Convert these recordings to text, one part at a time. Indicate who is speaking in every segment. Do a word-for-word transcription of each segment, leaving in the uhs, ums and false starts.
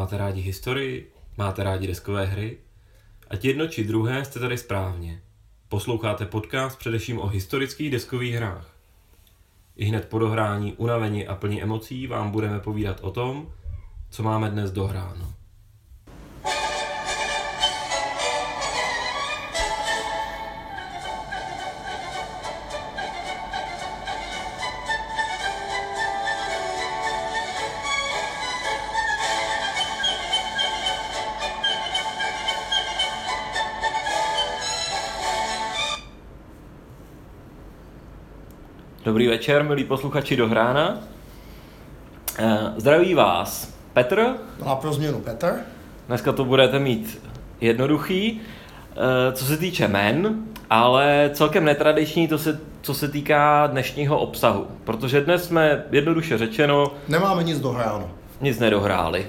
Speaker 1: Máte rádi historii? Máte rádi deskové hry? Ať jedno či druhé jste tady správně. Posloucháte podcast především o historických deskových hrách. I hned po dohrání, unavení a plní emocí vám budeme povídat o tom, co máme dnes dohráno. Dobrý večer, milí posluchači Dohrána. Zdraví vás Petr.
Speaker 2: A pro změnu Petr.
Speaker 1: Dneska to budete mít jednoduchý, co se týče jmen, ale celkem netradiční, to se, co se týká dnešního obsahu. Protože dnes jsme, jednoduše řečeno,
Speaker 2: nemáme nic dohráno.
Speaker 1: Nic nedohráli.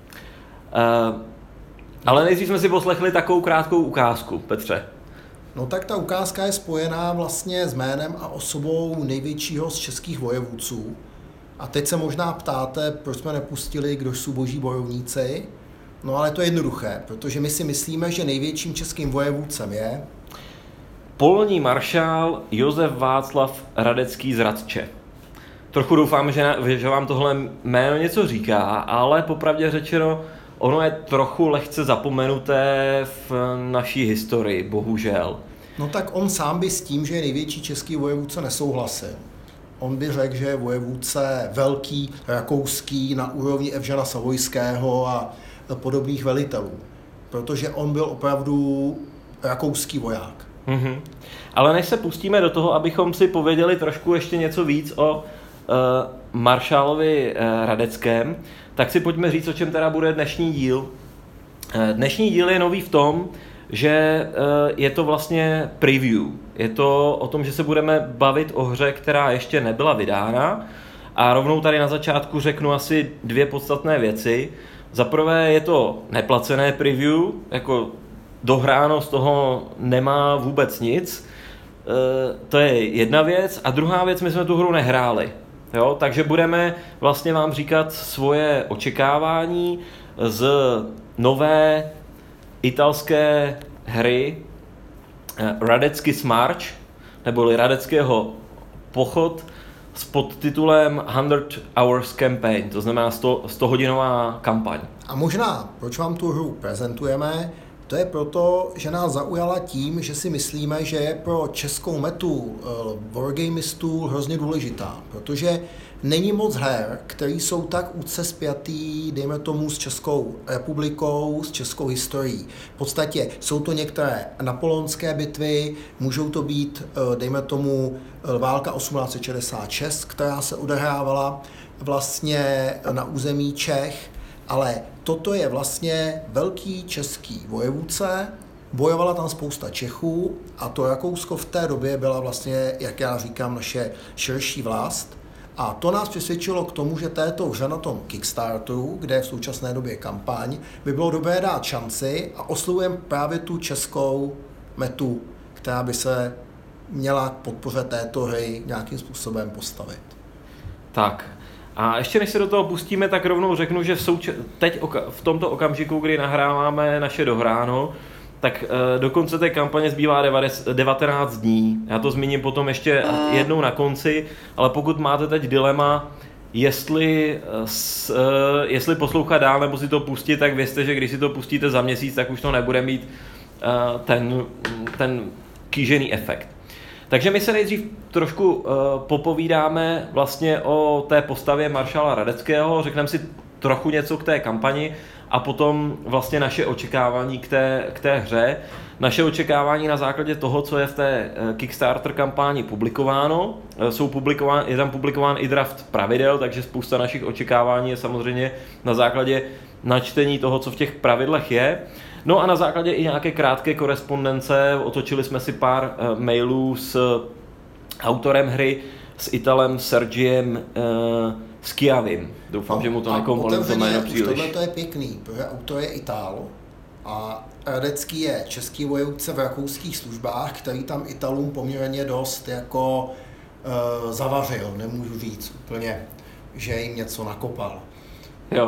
Speaker 1: Ale nejdřív jsme si poslechli takovou krátkou ukázku, Petře.
Speaker 2: No tak ta ukázka je spojená vlastně s jménem a osobou největšího z českých vojevůdců. A teď se možná ptáte, proč jsme nepustili, kdo jsou boží bojovníci. No ale to je jednoduché, protože my si myslíme, že největším českým vojevůdcem je
Speaker 1: polní maršál Josef Václav Radecký z Radče. Trochu doufám, že, že vám tohle jméno něco říká, ale popravdě řečeno, ono je trochu lehce zapomenuté v naší historii, bohužel.
Speaker 2: No tak on sám by s tím, že je největší český vojevůdce, nesouhlasil. On by řekl, že je vojevůdce velký, rakouský, na úrovni Evžena Savojského a podobných velitelů. Protože on byl opravdu rakouský voják.
Speaker 1: Mm-hmm. Ale než se pustíme do toho, abychom si pověděli trošku ještě něco víc o uh, maršálovi uh, Radeckém, tak si pojďme říct, o čem teda bude dnešní díl. Dnešní díl je nový v tom, že je to vlastně preview. Je to o tom, že se budeme bavit o hře, která ještě nebyla vydána. A rovnou tady na začátku řeknu asi dvě podstatné věci. Za prvé je to neplacené preview, jako dohráno z toho nemá vůbec nic. To je jedna věc. A druhá věc, my jsme tu hru nehráli. Jo, takže budeme vlastně vám říkat svoje očekávání z nové italské hry Radecký's March, neboli Radeckého pochod s podtitulem Hundred Hours Campaign, to znamená sto hodinová kampaň.
Speaker 2: A možná, proč vám tu hru prezentujeme, to je proto, že nás zaujala tím, že si myslíme, že je pro českou metu wargamistů hrozně důležitá, protože není moc her, které jsou tak úzce spjatý, dejme tomu, s Českou republikou, s českou historií. V podstatě jsou to některé napoleonské bitvy, můžou to být, dejme tomu, válka osmnáct set šedesát šest, která se odehrávala vlastně na území Čech, ale toto je vlastně velký český vojevůdce, bojovala tam spousta Čechů a to Rakousko v té době byla vlastně, jak já říkám, naše širší vlast. A to nás přesvědčilo k tomu, že této hře na tom Kickstarteru, kde je v současné době kampaň, by bylo dobré dát šanci a oslovujeme právě tu českou metu, která by se měla k podpoře této hry nějakým způsobem postavit.
Speaker 1: Tak. A ještě než se do toho pustíme, tak rovnou řeknu, že v souč- teď oka- v tomto okamžiku, kdy nahráváme naše dohráno, tak e, do konce té kampaně zbývá devatenáct dní. Já to zmíním potom ještě jednou na konci, ale pokud máte teď dilema, jestli, s, e, jestli poslouchat dál nebo si to pustit, tak vězte, že když si to pustíte za měsíc, tak už to nebude mít e, ten, ten kýžený efekt. Takže my se nejdřív trošku uh, popovídáme vlastně o té postavě maršála Radeckého, řekneme si trochu něco k té kampani a potom vlastně naše očekávání k té, k té hře. Naše očekávání na základě toho, co je v té Kickstarter kampáni publikováno. Jsou publikován, je tam publikován i draft pravidel, takže spousta našich očekávání je samozřejmě na základě načtení toho, co v těch pravidlech je. No a na základě i nějaké krátké korespondence otočili jsme si pár uh, mailů s autorem hry, s Italem Sergiem uh, Schiavim. Doufám,
Speaker 2: no,
Speaker 1: že mu to nekomolím to jméno příliš.
Speaker 2: Tohle to je pěkný, protože autor je Itál a Radecký je český vojevůdce v rakouských službách, který tam Italům poměrně dost jako uh, zavařil, nemůžu říct úplně, že jim něco nakopal.
Speaker 1: Jo.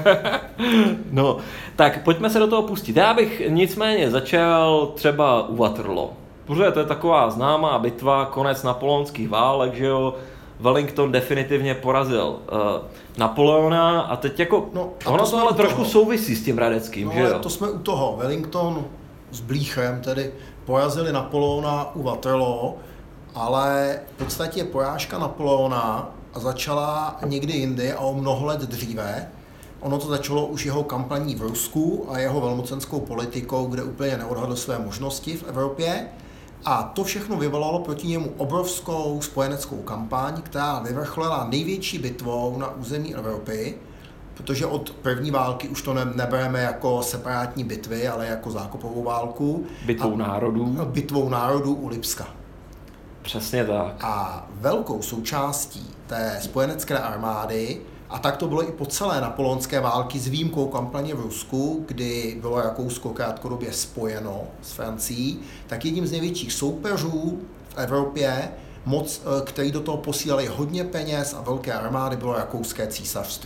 Speaker 1: No, tak pojďme se do toho pustit. Já bych nicméně začal třeba u Waterloo. Protože to je taková známá bitva, konec napoleonských válek, že jo. Wellington definitivně porazil uh, Napoleona a teď jako, no, a ono to, to ale trošku toho. souvisí s tím Radeckým,
Speaker 2: no,
Speaker 1: že jo?
Speaker 2: to jsme u toho. Wellington s Blechem tedy porazili Napoleona u Waterloo, ale v podstatě porážka Napoleona začala někdy jindy a o mnoho let dříve. Ono to začalo už jeho kampaní v Rusku a jeho velmocenskou politikou, kde úplně neodhadl své možnosti v Evropě. A to všechno vyvolalo proti němu obrovskou spojeneckou kampaň, která vyvrcholila největší bitvou na území Evropy, protože od první války už to ne, nebereme jako separátní bitvy, ale jako zákopovou válku.
Speaker 1: Bitvou národů.
Speaker 2: Bitvou národů u Lipska.
Speaker 1: Přesně tak.
Speaker 2: A velkou součástí té spojenecké armády, a tak to bylo i po celé napoleonské války s výjimkou kampaně v Rusku, kdy bylo Rakousko krátkodobě spojeno s Francií, tak jedním z největších soupeřů v Evropě, moc, který do toho posílali hodně peněz a velké armády, bylo Rakouské císařství.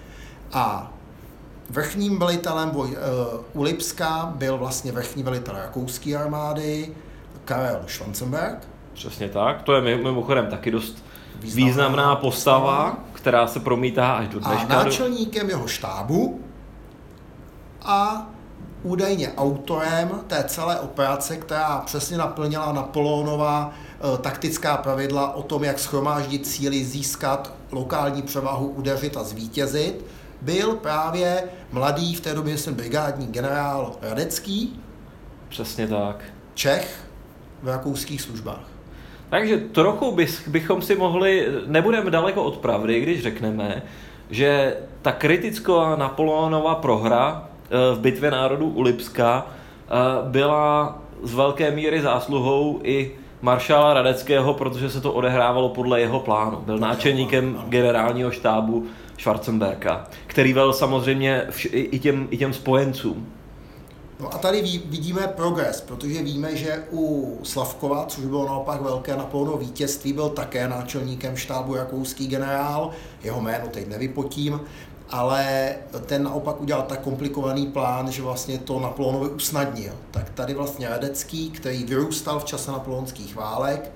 Speaker 2: A vrchním velitelem boj, u Lipska byl vlastně vrchní velitel rakouské armády Karel Schwarzenberg.
Speaker 1: Přesně tak, to je mimochodem taky dost významná, významná postava, která se promítá až do dneška.
Speaker 2: A náčelníkem jeho štábu a údajně autorem té celé operace, která přesně naplnila Napoleonova e, taktická pravidla o tom, jak shromáždit síly, získat lokální převahu, udeřit a zvítězit, byl právě mladý, v té době jsem brigádní generál Radecký.
Speaker 1: Přesně tak.
Speaker 2: Čech v rakouských službách.
Speaker 1: Takže trochu bychom si mohli, nebudeme daleko od pravdy, když řekneme, že ta kritická Napoleonova prohra v bitvě národů u Lipska byla z velké míry zásluhou i maršála Radeckého, protože se to odehrávalo podle jeho plánu. Byl náčelníkem generálního štábu Schwarzenberga, který vel samozřejmě i těm, i těm spojencům.
Speaker 2: No a tady vidíme progres, protože víme, že u Slavkova, což bylo naopak velké Napoleonovo vítězství, byl také náčelníkem štábu rakouský generál, jeho jméno teď nevypotím, ale ten naopak udělal tak komplikovaný plán, že vlastně to Napoleonovi usnadnil. Tak tady vlastně Radecký, který vyrůstal v čase napoleonských válek,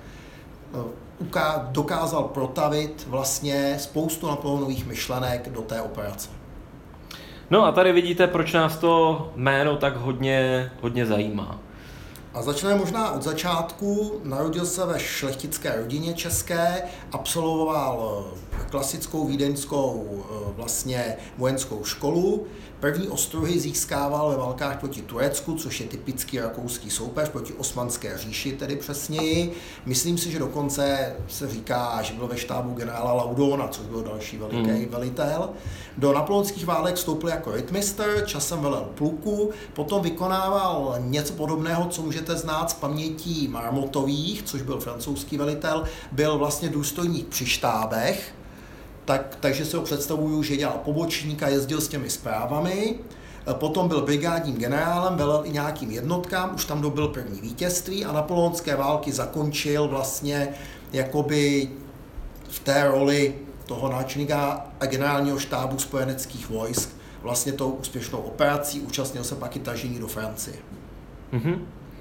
Speaker 2: dokázal protavit vlastně spoustu Napoleonových myšlenek do té operace.
Speaker 1: No a tady vidíte, proč nás to jméno tak hodně, hodně zajímá.
Speaker 2: A začneme možná od začátku. Narodil se ve šlechtické rodině české, absolvoval klasickou vídeňskou vlastně vojenskou školu. První ostruhy získával ve válkách proti Turecku, což je typický rakouský soupeř, proti Osmanské říši tedy přesněji. Myslím si, že dokonce se říká, že byl ve štábu generála Laudona, což byl další veliký mm. velitel. Do napoleonských válek vstoupil jako rytmistr, časem velel pluku, potom vykonával něco podobného, co můžete znát z pamětí Marmotových, což byl francouzský velitel, byl vlastně důstojník při štábech. Tak, takže si ho představuju, že dělal pobočníka, jezdil s těmi zprávami, potom byl brigádním generálem, velel i nějakým jednotkám, už tam dobil první vítězství a napoleonské války zakončil vlastně jakoby v té roli toho náčelníka a generálního štábu spojeneckých vojsk, vlastně tou úspěšnou operací, účastnil se pak i tažení do Francie.
Speaker 1: Mm-hmm.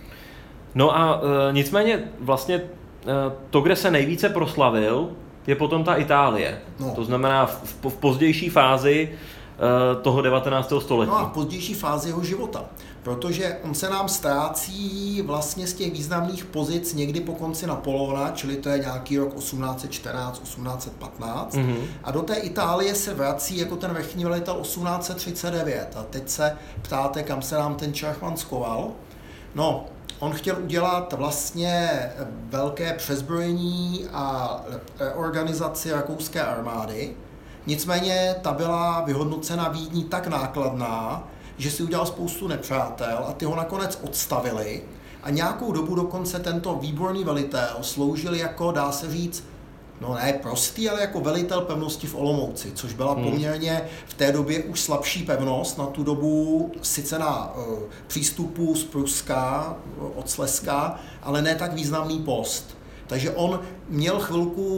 Speaker 1: No a e, nicméně vlastně e, to, kde se nejvíce proslavil, je potom ta Itálie. No. To znamená v, v, v pozdější fázi uh, toho devatenáctého století.
Speaker 2: No a v pozdější fázi jeho života. Protože on se nám ztrácí vlastně z těch významných pozic někdy po konci Napoleona, čili to je nějaký rok osmnáct set čtrnáct osmnáct set patnáct. Mm-hmm. A do té Itálie se vrací jako ten vrchní velitel osmnáct set třicet devět. A teď se ptáte, kam se nám ten Čachman skoval. No, on chtěl udělat vlastně velké přezbrojení a organizaci rakouské armády, nicméně ta byla vyhodnocena Vídní tak nákladná, že si udělal spoustu nepřátel a ty ho nakonec odstavili a nějakou dobu dokonce tento výborný velitel sloužil jako, dá se říct, no ne prostý, ale jako velitel pevnosti v Olomouci, což byla hmm. poměrně v té době už slabší pevnost, na tu dobu sice na uh, přístupu z Pruska, od Slezska, ale ne tak významný post. Takže on měl chvilku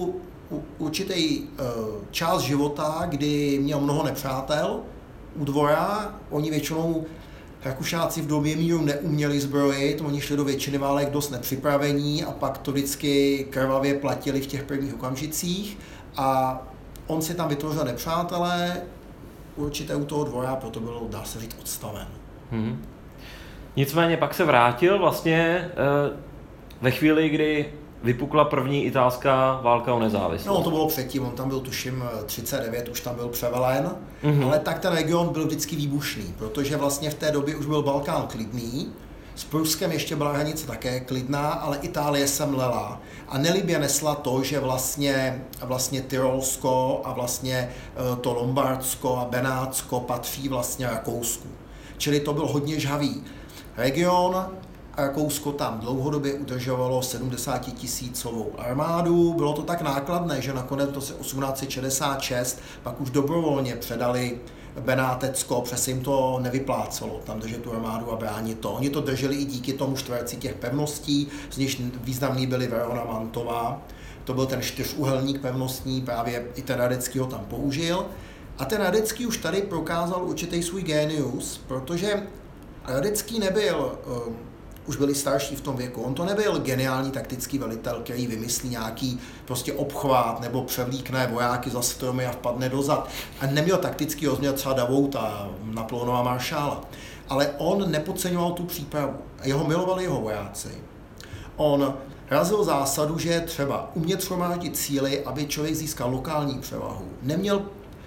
Speaker 2: určitý uh, část života, kdy měl mnoho nepřátel u dvora. Oni většinou Rakušáci v době míru neuměli zbrojit, oni šli do většiny válek dost nepřipravení a pak to vždycky krvavě platili v těch prvních okamžicích a on si tam vytvořil nepřátelé, určitě u toho dvora, proto byl, dá se říct, odstaven.
Speaker 1: Hmm. Nicméně pak se vrátil vlastně eh, ve chvíli, kdy vypukla první italská válka o nezávislost.
Speaker 2: No, to bylo předtím, on tam byl tuším třicet devět, už tam byl převelen,
Speaker 1: mm-hmm.
Speaker 2: ale tak ten region byl vždycky výbušný, protože vlastně v té době už byl Balkán klidný, s Pruskem ještě byla hranice také klidná, ale Itálie se mlela a nelibě nesla to, že vlastně, vlastně Tyrolsko a vlastně to Lombardsko a Benátsko patří vlastně Rakousku. Čili to byl hodně žhavý region. Rakousko tam dlouhodobě udržovalo sedmdesátitisícovou armádu. Bylo to tak nákladné, že nakonec v roce osmnáct set šedesát šest pak už dobrovolně předali Benátecko, přes jim to nevyplácelo tam držet tu armádu a bránit to. Oni to drželi i díky tomu čtverci těch pevností, z nichž významný byly Verona, Mantova. To byl ten čtyřúhelník pevnostní, právě i ten Radecký ho tam použil. A ten Radecký už tady prokázal určitý svůj génius, protože Radecký nebyl... už byli starší v tom věku. On to nebyl geniální taktický velitel, který vymyslí nějaký prostě obchvát nebo převlíkne vojáky za stromy a vpadne dozad. A neměl taktický rozměr třeba Davouta, Napoleonova maršála. Ale on nepodceňoval tu přípravu. Jeho milovali jeho vojáci. On razil zásadu, že je třeba umět shromáždit síly, aby člověk získal lokální převahu. Neměl uh,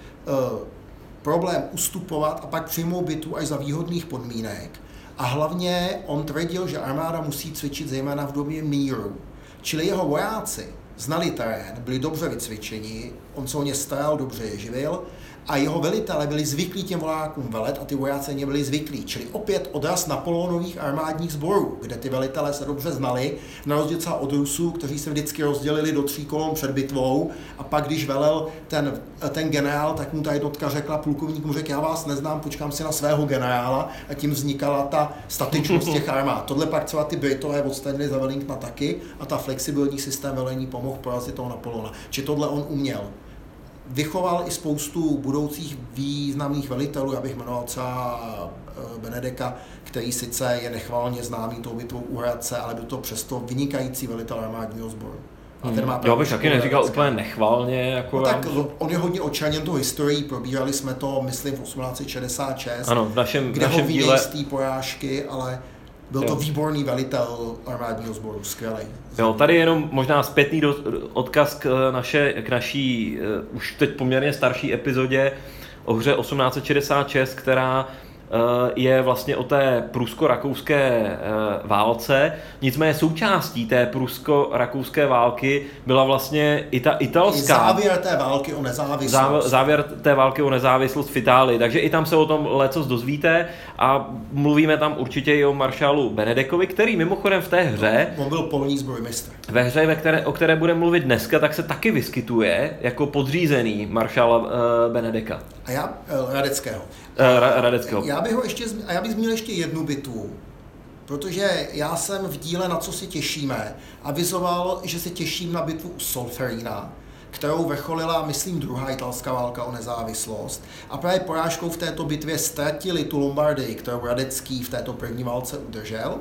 Speaker 2: problém ustupovat a pak přijmout bitvu až za výhodných podmínek. A hlavně on tvrdil, že armáda musí cvičit zejména v době míru. Čili jeho vojáci znali terén, byli dobře vycvičeni, on se o ně staral, dobře je živil a jeho velitelé byli zvyklí těm vojákům velet a ty vojáci nebyli zvyklí. Čili opět odraz Napoleonových armádních sborů, kde ty velitelé se dobře znali, na rozdíl třeba od Rusů, kteří se vždycky rozdělili do tří kolon před bitvou a pak, když velel ten, ten generál, tak mu ta jednotka řekla, plukovník mu řekl, já vás neznám, počkám si na svého generála a tím vznikala ta statičnost těch armád. Tohle pak třeba ty Britové odstranili za Wellingtona taky a ta flexibilní systém velení pomohl porazit toho Napoleona. Či tohle on uměl. Vychoval i spoustu budoucích významných velitelů, já bych jmenoval třeba Benedeka, který sice je nechvalně známý tou bitvou u Hradce, ale byl to přesto vynikající velitel armádního sboru.
Speaker 1: A ten má já bych taky neříkal úplně nechvalně. Jako
Speaker 2: no tak on je hodně očarněn tou historií, probírali jsme to, myslím, v osmnáct set šedesát šest,
Speaker 1: ano, v našem,
Speaker 2: kde
Speaker 1: v našem
Speaker 2: ho
Speaker 1: díle...
Speaker 2: z té porážky, ale byl to jo. výborný velitel armádního sboru, skvělej.
Speaker 1: Jo, tady jenom možná zpětný do, odkaz k, naše, k naší uh, už teď poměrně starší epizodě o hře osmnáct set šedesát šest, která je vlastně o té prusko-rakouské válce, nicméně součástí té prusko-rakouské války byla vlastně i ta italská...
Speaker 2: Závěr té války o nezávislost.
Speaker 1: Závěr, závěr té války o nezávislost v Itálii, takže i tam se o tom lecos dozvíte a mluvíme tam určitě i o maršálu Benedekovi, který mimochodem v té hře...
Speaker 2: On byl polní zbrojmistr.
Speaker 1: Ve hře, ve které, o které budeme mluvit dneska, tak se taky vyskytuje jako podřízený maršála uh, Benedeka.
Speaker 2: A já... Uh, Radeckého.
Speaker 1: Uh, Radeckého.
Speaker 2: Já bych ho ještě, a já bych zmínil ještě jednu bitvu, protože já jsem v díle Na co si těšíme avizoval, že se těším na bitvu u Solferina, kterou vrcholila, myslím, druhá italská válka o nezávislost. A právě porážkou v této bitvě ztratili tu Lombardii, kterou Radecký v této první válce udržel.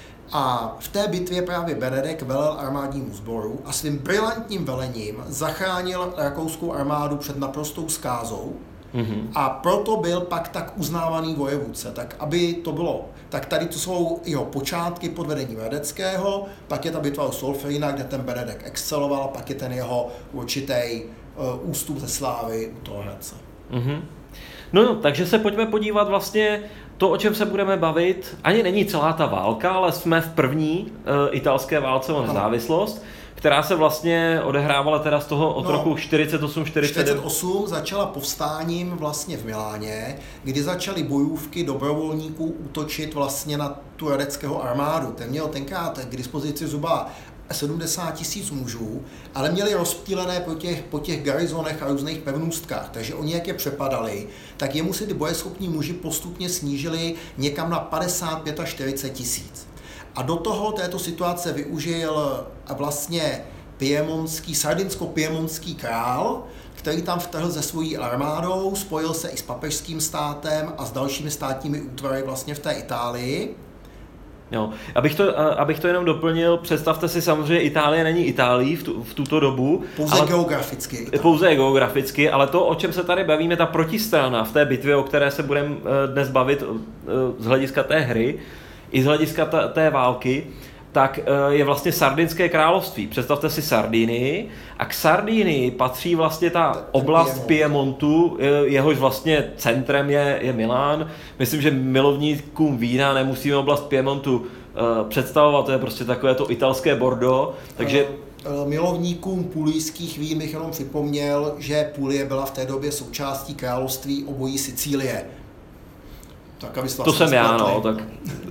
Speaker 2: A v té bitvě právě Benedek velel armádnímu sboru a svým brilantním velením zachránil rakouskou armádu před naprostou zkázou. Mm-hmm. A proto byl pak tak uznávaný vojevůdce. Tak aby to bylo, tak tady to jsou jeho počátky pod vedením Radeckého, pak je ta bitva u Solferina, kde ten Benedek exceloval, a pak je ten jeho určitý uh, ústup ze slávy u toho Hradce.
Speaker 1: Mm-hmm. No, takže se pojďme podívat vlastně to, o čem se budeme bavit, ani není celá ta válka, ale jsme v první uh, italské válce o nezávislost, která se vlastně odehrávala teda z toho od no, roku čtyřicet osm čtyřicet devět.
Speaker 2: čtyřicet osm začala povstáním vlastně v Miláně, kdy začaly bojůvky dobrovolníků útočit vlastně na tu radeckého armádu. Ten měl tenkrát k dispozici zhruba sedmdesát tisíc mužů, ale měli rozptýlené po těch, po těch garizonech a různých pevnůstkách, takže oni jak je přepadali, tak jemu si ty bojeschopní muži postupně snížili někam na padesát pět až čtyřicet tisíc. A do toho této situace využil vlastně piemonský, sardinsko-piemonský král, který tam vtrhl se svojí armádou, spojil se i s papežským státem a s dalšími státními útvary vlastně v té Itálii.
Speaker 1: Jo. Abych, to, abych to jenom doplnil, představte si, samozřejmě Itálie není Itálií v, tu, v tuto dobu.
Speaker 2: Pouze
Speaker 1: ale,
Speaker 2: geograficky.
Speaker 1: Pouze geograficky, ale to, o čem se tady bavíme, ta protistrana v té bitvě, o které se budeme dnes bavit z hlediska té hry, i z hlediska t- té války, tak je vlastně Sardinské království. Představte si Sardinii a k Sardinii patří vlastně ta oblast Piemontu, jehož vlastně centrem je, je Milán. Myslím, že milovníkům vína nemusíme oblast Piemontu uh, představovat, to je prostě takové to italské Bordeaux, takže...
Speaker 2: Milovníkům pulijských vín bych jenom připomněl, že Pulie byla v té době součástí království obojí Sicílie. Tak, aby
Speaker 1: to jsem já, no, tak...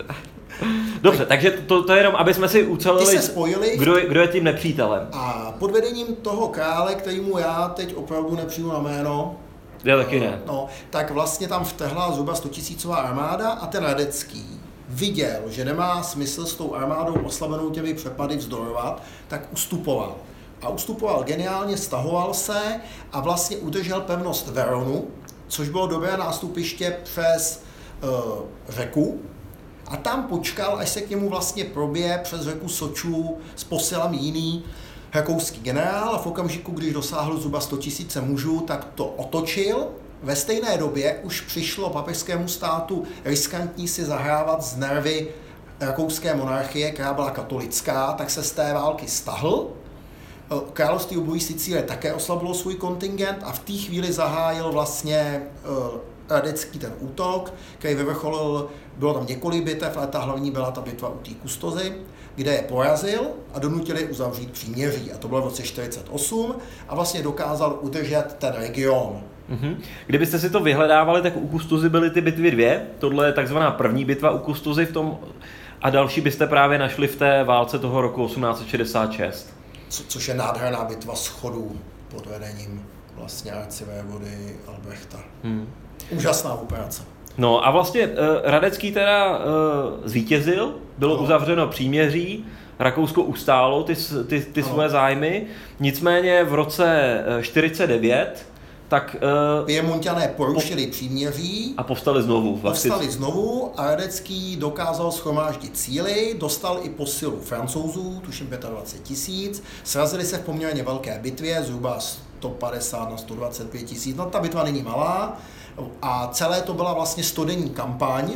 Speaker 1: Dobře, takže to, to je jenom, aby jsme si ucelili, kdo, kdo je tím nepřítelem.
Speaker 2: A pod vedením toho krále, kterýmu já teď opravdu nepřijdu na jméno,
Speaker 1: já taky ne.
Speaker 2: No, tak vlastně tam vtrhla zhruba stotisícová armáda a ten Radecký viděl, že nemá smysl s tou armádou oslabenou těmi přepady vzdorovat, tak ustupoval. A ustupoval geniálně, stahoval se a vlastně udržel pevnost Veronu, což bylo dobré nástupiště přes uh, řeku. A tam počkal, až se k němu vlastně probije přes řeku Soču s posilami jiný rakouský generál a v okamžiku, když dosáhl zhruba sto tisíc mužů, tak to otočil. Ve stejné době už přišlo papežskému státu riskantní si zahrávat z nervy rakouské monarchie, která byla katolická, tak se z té války stahl. Království obojí Sicílie také oslabilo svůj kontingent a v té chvíli zahájil vlastně Radecký ten útok, který vyvrcholil, bylo tam několik bitev, ale ta hlavní byla ta bitva u té Kustozy, kde je porazil a donutili uzavřít příměří. A to bylo v roce čtyřicet osm a vlastně dokázal udržet ten region.
Speaker 1: Mm-hmm. Kdybyste si to vyhledávali, tak u Kustozy byly ty bitvy dvě. Tohle je takzvaná první bitva u Kustozy v tom a další byste právě našli v té válce toho roku osmnáct set šedesát šest.
Speaker 2: Co, což je nádherná bitva schodů pod vedením vlastně arcivévody Albrechta. Hmm. Úžasná operace.
Speaker 1: No a vlastně uh, Radecký teda uh, zvítězil, bylo no. uzavřeno příměří, Rakousko ustálo ty, ty, ty no. svoje zájmy, nicméně v roce čtyřicet devět tak... Uh,
Speaker 2: Piemonťané porušili po... příměří
Speaker 1: a povstali znovu.
Speaker 2: Povstali znovu a Radecký dokázal shromáždit síly, dostal i posilu Francouzů, tuším dvacet pět tisíc, srazili se v poměrně velké bitvě, zhruba sto padesát na sto dvacet pět tisíc, no ta bitva není malá, a celé to byla vlastně stodenní kampaň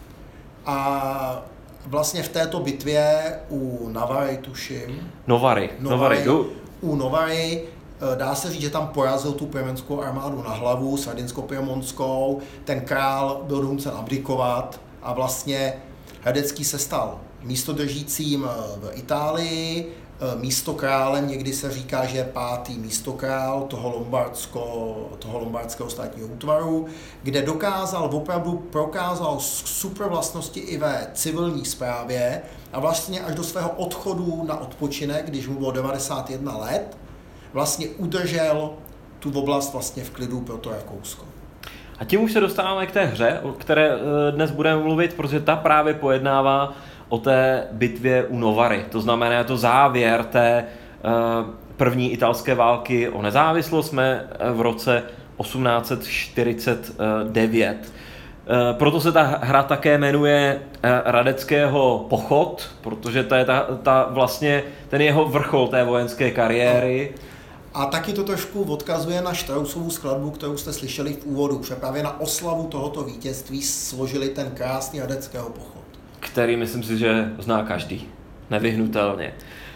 Speaker 2: a vlastně v této bitvě u Navary, tuším.
Speaker 1: Novary.
Speaker 2: Novary, Novary. U Novary dá se říct, že tam porazil tu piemonskou armádu na hlavu, sardinsko-piemonskou, ten král byl donucen abdikovat a vlastně Radecký se stal místodržícím v Itálii, místo králem, někdy se říká, že je pátý místokrál toho, lombardsko, toho lombardského státního útvaru, kde dokázal, opravdu prokázal super vlastnosti i ve civilní správě a vlastně až do svého odchodu na odpočinek, když mu bylo devadesát jedna let, vlastně udržel tu oblast vlastně v klidu pro to Rakousko.
Speaker 1: A tím už se dostáváme k té hře, o které dnes budeme mluvit, protože ta právě pojednává o té bitvě u Novary. To znamená, je to závěr té uh, první italské války o nezávislost. Jsme v roce osmnáct set čtyřicet devět. Uh, proto se ta hra také jmenuje uh, Radeckého pochod, protože to je ta, ta vlastně ten jeho vrchol té vojenské kariéry.
Speaker 2: A taky to trošku odkazuje na Straussovu skladbu, kterou jste slyšeli v úvodu. Právě na oslavu tohoto vítězství složili ten krásný Radeckého pochod.
Speaker 1: Který myslím si, že zná každý. Nevyhnutelně.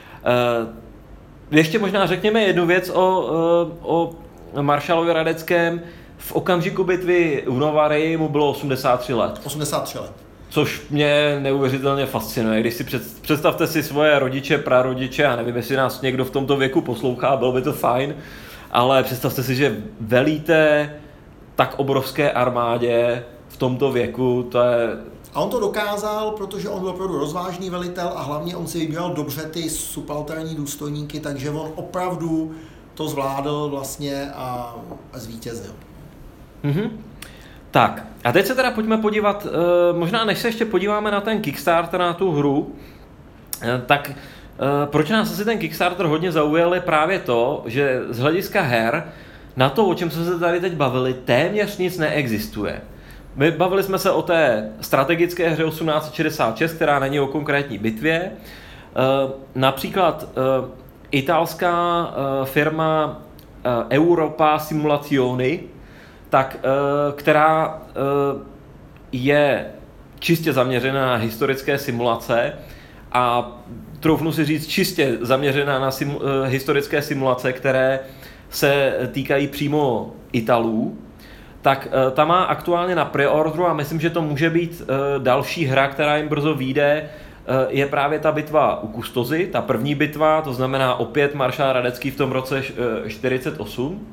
Speaker 1: Ještě možná řekněme jednu věc o, o maršalovi Radeckém. V okamžiku bitvy u Novary mu bylo osmdesát tři let.
Speaker 2: osmdesát tři let.
Speaker 1: Což mě neuvěřitelně fascinuje. Když si před, představte si svoje rodiče, prarodiče, a nevím, jestli nás někdo v tomto věku poslouchá, bylo by to fajn, ale představte si, že velíte tak obrovské armádě v tomto věku, to je...
Speaker 2: A on to dokázal, protože on byl opravdu rozvážný velitel a hlavně on si vybíral dobře ty subalterní důstojníky, takže on opravdu to zvládl vlastně a, a zvítězil.
Speaker 1: Mm-hmm. Tak, a teď se teda pojďme podívat, možná než se ještě podíváme na ten Kickstarter, na tu hru, tak proč nás asi ten Kickstarter hodně zaujal, je právě to, že z hlediska her na to, o čem jsme se tady teď bavili, téměř nic neexistuje. My bavili jsme se o té strategické hře osmnáct set šedesát šest, která není o konkrétní bitvě. Například italská firma Europa Simulazioni, tak, která je čistě zaměřená na historické simulace a troufnu si říct čistě zaměřená na simu, historické simulace, které se týkají přímo Italů, tak ta má aktuálně na preordru a myslím, že to může být další hra, která jim brzo vyjde, je právě ta bitva u Kustozy, ta první bitva, to znamená opět maršál Radecký v tom roce čtyřicet osm.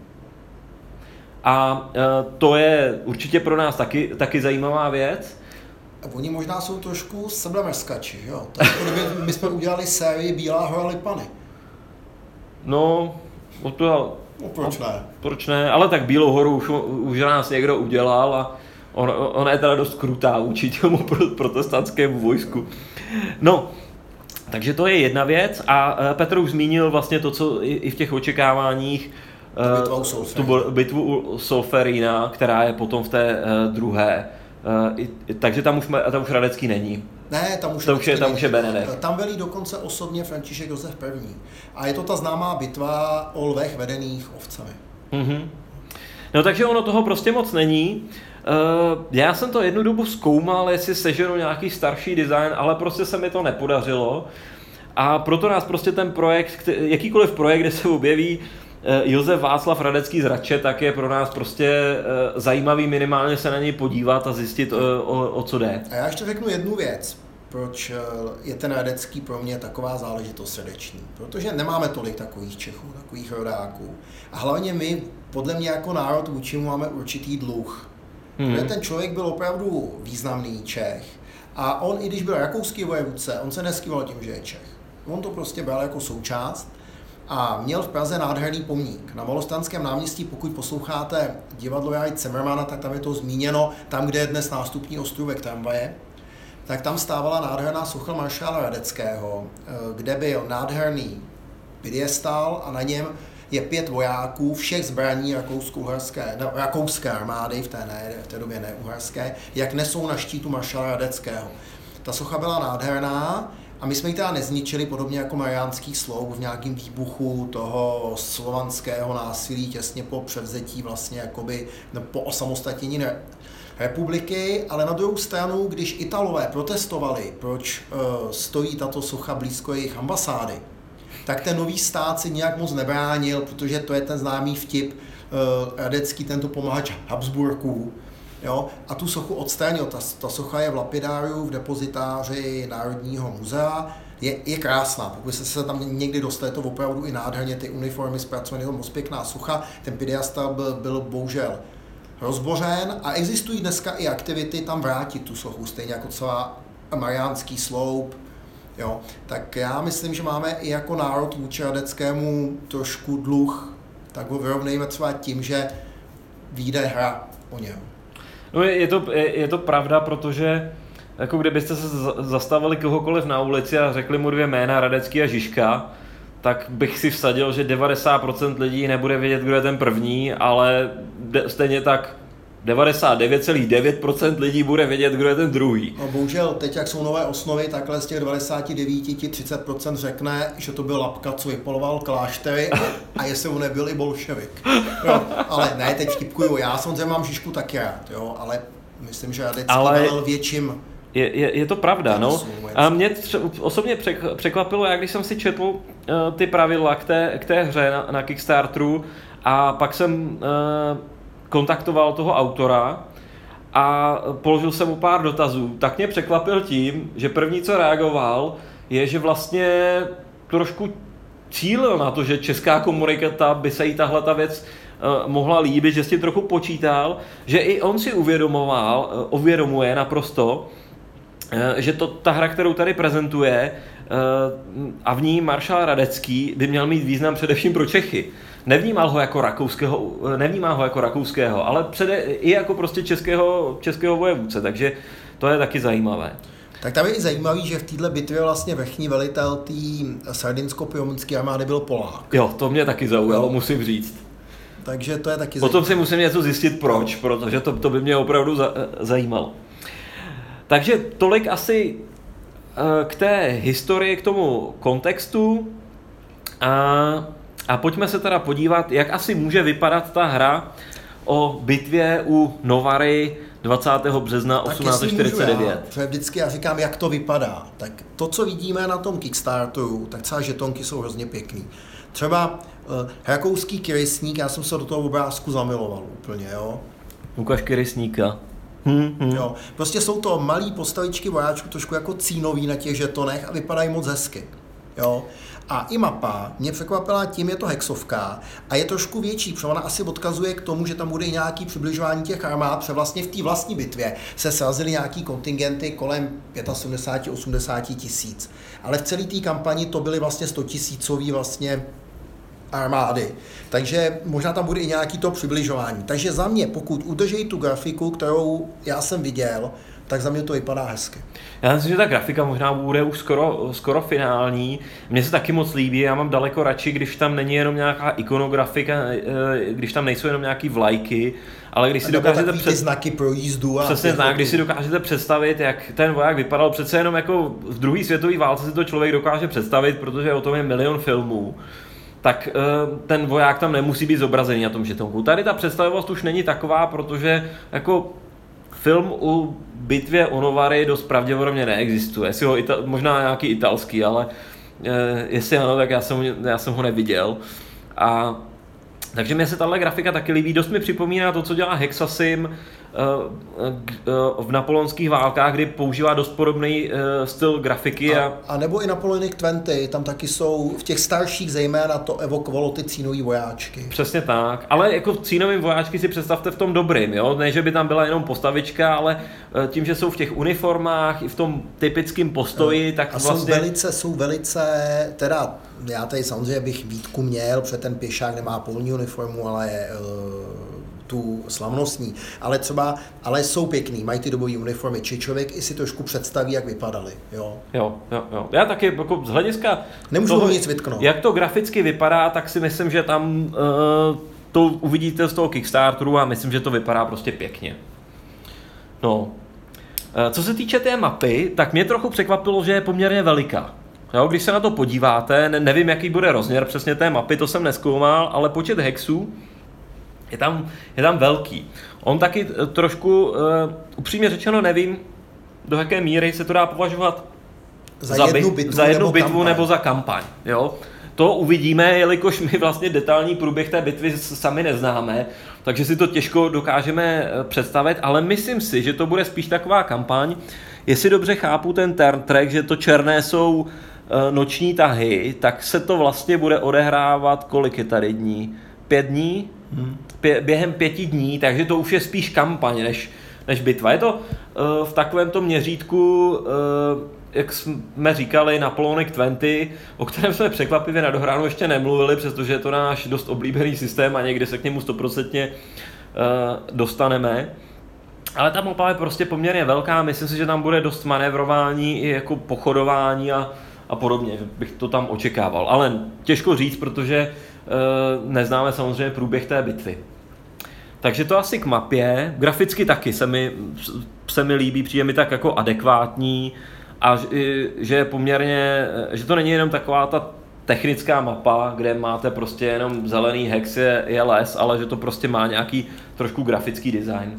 Speaker 1: A to je určitě pro nás taky, taky zajímavá věc.
Speaker 2: A oni možná jsou trošku sebemrskači, jo? Tak kdyby my jsme udělali sérii Bílá hora Lipany.
Speaker 1: No, o to...
Speaker 2: No proč ne?
Speaker 1: Proč ne, ale tak Bílou horu už, už nás někdo udělal a on, ona je teda dost krutá vůči tomu protestantskému vojsku. No, takže to je jedna věc a Petr už zmínil vlastně to, co i v těch očekáváních, tu bitvu u Solferina, která je potom v té druhé. Takže tam už, tam už Radecký není.
Speaker 2: Ne, tam už,
Speaker 1: tam už je, tam už je Benedek.
Speaker 2: Tam velí dokonce osobně František Josef první. A je to ta známá bitva o lvech vedených ovcemi.
Speaker 1: Mm-hmm. No takže ono toho prostě moc není. Uh, já jsem to jednu dobu zkoumal, jestli seženu nějaký starší design, ale prostě se mi to nepodařilo. A proto nás prostě ten projekt, jakýkoliv projekt, kde se objeví Josef Václav Radecký z Radče, tak je pro nás prostě zajímavý minimálně se na něj podívat a zjistit, o, o, o co jde.
Speaker 2: A já ještě řeknu jednu věc, proč je ten Radecký pro mě taková záležitost srdeční. Protože nemáme tolik takových Čechů, takových rodáků. A hlavně my, podle mě jako národ, vůči mu máme určitý dluh. Hmm. Protože ten člověk byl opravdu významný Čech. A on, i když byl rakouský vojevůdce, on se neskýval tím, že je Čech. On to prostě bral jako součást. A měl v Praze nádherný pomník. Na Malostranském náměstí, pokud posloucháte divadlo Jary Cimrmana, tak tam je to zmíněno, tam, kde je dnes nástupní ostrůvek tramvaje, tak tam stávala nádherná socha maršála Radeckého, kde byl nádherný piedestál a na něm je pět vojáků všech zbraní rakousko-uherské, no, rakouské armády, v té, ne, v té době neuherské, jak nesou na štítu maršála Radeckého. Ta socha byla nádherná. A my jsme ji teda nezničili, podobně jako Mariánský sloup v nějakém výbuchu toho slovanského násilí těsně po převzetí vlastně jakoby po osamostatnění republiky, ale na druhou stranu, když Italové protestovali, proč uh, stojí tato socha blízko jejich ambasády, tak ten nový stát si nějak moc nebránil, protože to je ten známý vtip, uh, Radecký, tento pomahač Habsburků. Jo, a tu sochu odstranil. Ta, ta socha je v lapidáriu v depozitáři Národního muzea. Je, je krásná, pokud jste se tam někdy dostali, to opravdu i nádherně, ty uniformy zpracované, moc pěkná socha. Ten piedestal byl, byl bohužel rozbořen a existují dneska i aktivity tam vrátit tu sochu, stejně jako celá Mariánský sloup. Jo, tak já myslím, že máme i jako národ vůči Radeckému trošku dluh, tak ho vyrovnejme třeba tím, že vyjde hra o něm.
Speaker 1: No je, je, to, je, je to pravda, protože jako kdybyste se zastavili kohokoliv na ulici a řekli mu dvě jména, Radecký a Žižka, tak bych si vsadil, že devadesát procent lidí nebude vědět, kdo je ten první, ale de, stejně tak devadesát devět celá devět procent lidí bude vědět, kdo je ten druhý.
Speaker 2: No bohužel, teď jak jsou nové osnovy, takhle z těch devadesát devět ti třicet procent řekne, že to byl Lapka, co vypaloval kláštery a jestli on nebyl i bolševik. Jo, ale ne, teď vtipkuju, já samozřejmě mám Žižku taky rád, jo, ale myslím, že Radecký ale... byl větším.
Speaker 1: Je, je, je to pravda, no. A mě tře- osobně překvapilo, jak když jsem si četl uh, ty pravidla k té, k té hře na, na Kickstarteru a pak jsem uh, kontaktoval toho autora a položil jsem mu pár dotazů, tak mě překvapil tím, že první, co reagoval, je, že vlastně trošku cílil na to, že česká komunita by se jí tahle ta věc uh, mohla líbit, že si trochu počítal, že i on si uvědomoval, uh, uvědomuje naprosto, uh, že to, ta hra, kterou tady prezentuje, uh, a v ní maršál Radecký by měl mít význam především pro Čechy. Nevnímal ho jako rakouského, nevnímá ho jako rakouského, ale přede, i jako prostě českého, českého vojevůdce, takže to je taky zajímavé.
Speaker 2: Tak tam je i zajímavý, že v této bitvě vlastně vrchní velitel té sardinsko-pyromidské armády byl Polák.
Speaker 1: Jo, to mě taky zaujalo, musím říct.
Speaker 2: Takže to je taky
Speaker 1: Potom si musím něco zjistit proč, protože to, to by mě opravdu za, zajímalo. Takže tolik asi k té historii, k tomu kontextu a, a pojďme se teda podívat, jak asi může vypadat ta hra o bitvě u Novary dvacátého března osmnáct set čtyřicet devět.
Speaker 2: Já, vždycky já říkám, jak to vypadá. Tak to, co vidíme na tom Kickstarteru, tak třeba žetonky jsou hrozně pěkný. Třeba uh, rakouský kyrysník, já jsem se do toho obrázku zamiloval úplně, jo.
Speaker 1: Ukaž kyrysníka. Hmm, hmm.
Speaker 2: Jo, prostě jsou to malý postavičky vojáčů, trošku jako cínový na těch žetonech a vypadají moc hezky. Jo. A i mapa mě překvapila tím, je to hexovka a je trošku větší, protože ona asi odkazuje k tomu, že tam bude i nějaký přibližování těch armád, protože vlastně v té vlastní bitvě se srazily nějaký kontingenty kolem sedmdesát pět osmdesát tisíc. Ale v celé té kampani to byly vlastně sto tisícový vlastně armády. Takže možná tam bude i nějaký to přibližování. Takže za mě, pokud udržejí tu grafiku, kterou já jsem viděl, tak za mě to vypadá hezky.
Speaker 1: Já myslím, že ta grafika možná bude už skoro, skoro finální. Mně se taky moc líbí, já mám daleko radši, když tam není jenom nějaká ikonografika, když tam nejsou jenom nějaký vlajky, ale když si
Speaker 2: nebo
Speaker 1: dokážete
Speaker 2: před... znaky pro jízdu. A
Speaker 1: přesně tak, když si dokážete představit, jak ten voják vypadal, přece jenom jako v druhé světové válce si to člověk dokáže představit, protože o tom je milion filmů. Tak ten voják tam nemusí být zobrazený na tom žetonku. Tady ta představivost už není taková, protože jako film u bitvě o Novary dost pravděpodobně neexistuje. Jestli ho ita- možná nějaký italský, ale e, jestli ano, tak já jsem, já jsem ho neviděl. A takže mě se tahle grafika taky líbí. Dost mi připomíná to, co dělá Hexasim v napoleonských válkách, kdy používá dost podobný styl grafiky.
Speaker 2: A, a nebo i Napoleonic dvacet, tam taky jsou v těch starších zejména to evokovalo ty cínový vojáčky.
Speaker 1: Přesně tak, ale jako cínový vojáčky si představte v tom dobrým, jo? Ne, že by tam byla jenom postavička, ale tím, že jsou v těch uniformách i v tom typickém postoji, tak
Speaker 2: a
Speaker 1: vlastně...
Speaker 2: jsou velice, jsou velice, teda já tady samozřejmě bych výtku měl, protože ten pěšák nemá polní uniformu, ale uh, tu slavnostní, ale třeba, ale jsou pěkný, mají ty dobové uniformy, či člověk i si trošku představí, jak vypadali, jo.
Speaker 1: Jo, jo, jo. Já taky jako z hlediska
Speaker 2: nemůžu
Speaker 1: toho,
Speaker 2: nic vytknout.
Speaker 1: Jak to graficky vypadá, tak si myslím, že tam uh, to uvidíte z toho Kickstarteru a myslím, že to vypadá prostě pěkně. No. Uh, co se týče té mapy, tak mě trochu překvapilo, že je poměrně veliká. Jo, když se na to podíváte, ne, nevím, jaký bude rozměr přesně té mapy, to jsem nezkoumal, ale počet hexů je tam, je tam velký. On taky trošku, uh, upřímně řečeno nevím, do jaké míry se to dá považovat
Speaker 2: za, za jednu bitvu,
Speaker 1: za jednu
Speaker 2: nebo,
Speaker 1: bitvu
Speaker 2: kampaň.
Speaker 1: nebo za kampaň. Jo? To uvidíme, jelikož my vlastně detailní průběh té bitvy sami neznáme, takže si to těžko dokážeme představit, ale myslím si, že to bude spíš taková kampaň. Jestli dobře chápu ten turn track, že to černé jsou noční tahy, tak se to vlastně bude odehrávat, kolik je tady dní? Pět dní? Hmm. Pě, během pěti dní, takže to už je spíš kampaň než, než bitva. Je to uh, v takovém tom měřítku, uh, jak jsme říkali, Napoleonic dvacet, o kterém jsme překvapivě na dohránu ještě nemluvili, přestože je to náš dost oblíbený systém a někdy se k němu stoprocentně uh, dostaneme. Ale ta mapa je prostě poměrně velká, myslím si, že tam bude dost manévrování i jako pochodování a, a podobně, bych to tam očekával. Ale těžko říct, protože uh, neznáme samozřejmě průběh té bitvy. Takže to asi k mapě. Graficky taky se mi, se mi líbí, přijde mi tak jako adekvátní a že je poměrně, že to není jenom taková ta technická mapa, kde máte prostě jenom zelený hex je, je les, ale že to prostě má nějaký trošku grafický design.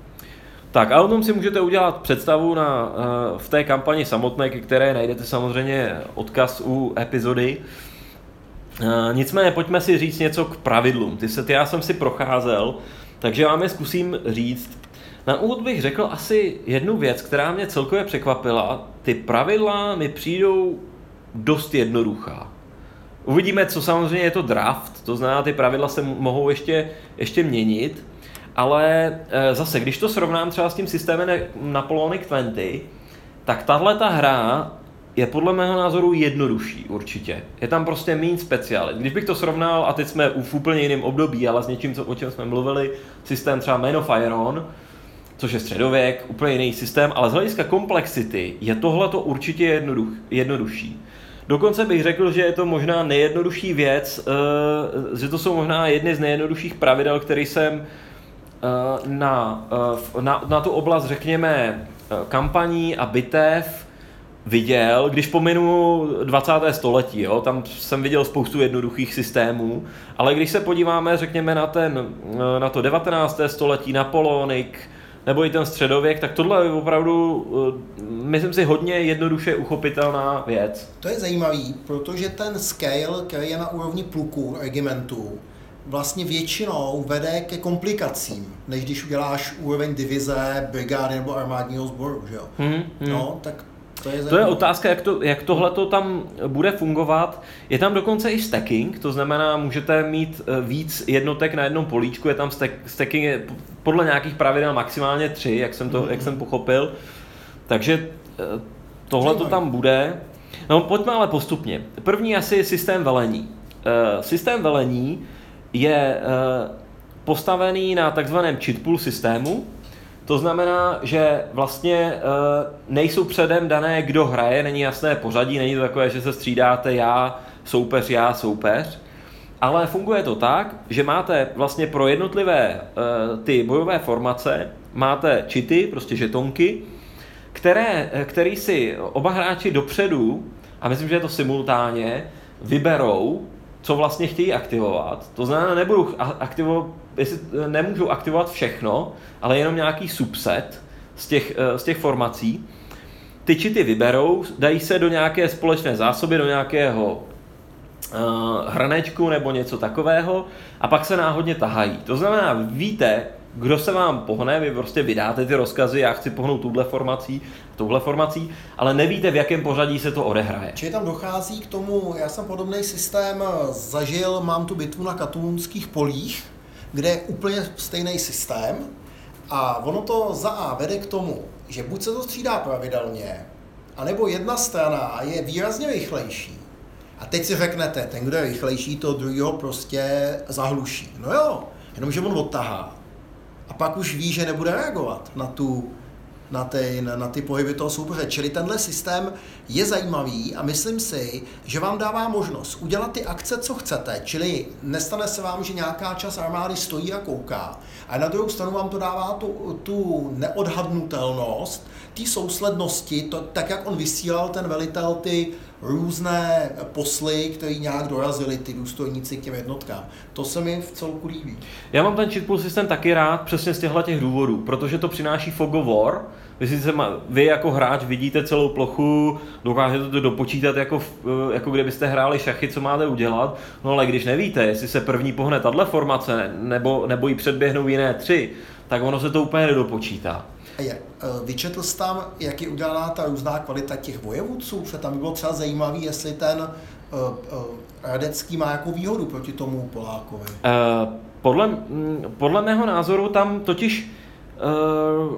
Speaker 1: Tak a o tom si můžete udělat představu na, v té kampani samotné, které najdete samozřejmě odkaz u epizody. Nicméně pojďme si říct něco k pravidlům. Ty se, ty já jsem si procházel, takže vám je zkusím říct. Na úvod bych řekl asi jednu věc, která mě celkově překvapila. Ty pravidla mi přijdou dost jednoduchá. Uvidíme, co samozřejmě je to draft, to znamená, ty pravidla se mohou ještě, ještě měnit, ale zase, když to srovnám třeba s tím systémem Napoleonic dvacet, tak tahle ta hra je podle mého názoru jednodušší určitě. Je tam prostě méně speciálit. Když bych to srovnal, a teď jsme v úplně jiném období, ale s něčím, co, o čem jsme mluvili, systém třeba Man of Iron, což je středověk, úplně jiný systém, ale z hlediska komplexity je tohleto určitě jednoduch, jednodušší. Dokonce bych řekl, že je to možná nejjednodušší věc, že to jsou možná jedny z nejjednodušších pravidel, které jsem na, na, na tu oblast, řekněme, kampaní a bitev viděl, když pominu dvacáté století, jo, tam jsem viděl spoustu jednoduchých systémů, ale když se podíváme, řekněme, na, ten, na to devatenácté století, Napoleonik, nebo i ten středověk, tak tohle je opravdu, myslím si, hodně jednoduše uchopitelná věc.
Speaker 2: To je zajímavý, protože ten scale, který je na úrovni pluků, regimentů, vlastně většinou vede ke komplikacím, než když uděláš úroveň divize, brigády nebo armádního sboru, že jo?
Speaker 1: Hmm, hmm.
Speaker 2: No, tak to je,
Speaker 1: to je otázka, jak, to, jak tohleto tam bude fungovat. Je tam dokonce i stacking, to znamená, můžete mít víc jednotek na jednom políčku, je tam stack, stacking je podle nějakých pravidel maximálně tři, jak jsem, to, mm-hmm. jak jsem pochopil. Takže tohleto tam bude. No, pojďme ale postupně. První asi systém velení. Systém velení je postavený na takzvaném cheat pool systému. To znamená, že vlastně nejsou předem dané, kdo hraje, není jasné pořadí, není to takové, že se střídáte já, soupeř, já, soupeř, ale funguje to tak, že máte vlastně pro jednotlivé ty bojové formace, máte čity, prostě žetonky, které, který si oba hráči dopředu, a myslím, že je to simultánně, vyberou, co vlastně chtějí aktivovat. To znamená, nebudou aktivovat, jestli nemůžou aktivovat všechno, ale jenom nějaký subset z těch, z těch formací. Ty čity vyberou, dají se do nějaké společné zásoby, do nějakého uh, hrnečku nebo něco takového a pak se náhodně tahají. To znamená, víte, kdo se vám pohne, vy prostě vydáte ty rozkazy, já chci pohnout tuhle formací, touhle formací, ale nevíte, v jakém pořadí se to odehraje.
Speaker 2: Čili tam dochází k tomu, já jsem podobný systém zažil, mám tu bitvu na katalonských polích, kde je úplně stejný systém a ono to za A vede k tomu, že buď se to střídá pravidelně, anebo jedna strana je výrazně rychlejší. A teď si řeknete, ten, kdo je rychlejší, to druhého prostě zahluší. No jo, jenomže on odtahá. A pak už ví, že nebude reagovat na, tu, na, ty, na, na ty pohyby toho soupeře. Čili tenhle systém je zajímavý a myslím si, že vám dává možnost udělat ty akce, co chcete. Čili nestane se vám, že nějaká část armády stojí a kouká. A na druhou stranu vám to dává tu, tu neodhadnutelnost, té souslednosti, to, tak jak on vysílal ten velitel ty různé posly, které nějak dorazili ty důstojníci k těm jednotkám. To se mi v celku líbí.
Speaker 1: Já mám ten cheat pool systém taky rád přesně z těchto těch důvodů, protože to přináší fog of war. Vy, si se, vy jako hráč vidíte celou plochu, dokážete to dopočítat, jako, jako kdybyste hráli šachy, co máte udělat, no ale když nevíte, jestli se první pohne tahle formace, nebo, nebo jí předběhnou jiné tři, tak ono se to úplně nedopočítá.
Speaker 2: Je. Vyčetl jsi tam, jak je udělaná ta různá kvalita těch vojevůdců, protože tam by bylo třeba zajímavý, jestli ten uh, uh, Radecký má jakou výhodu proti tomu Polákovi.
Speaker 1: Uh, podle, podle mého názoru tam totiž uh,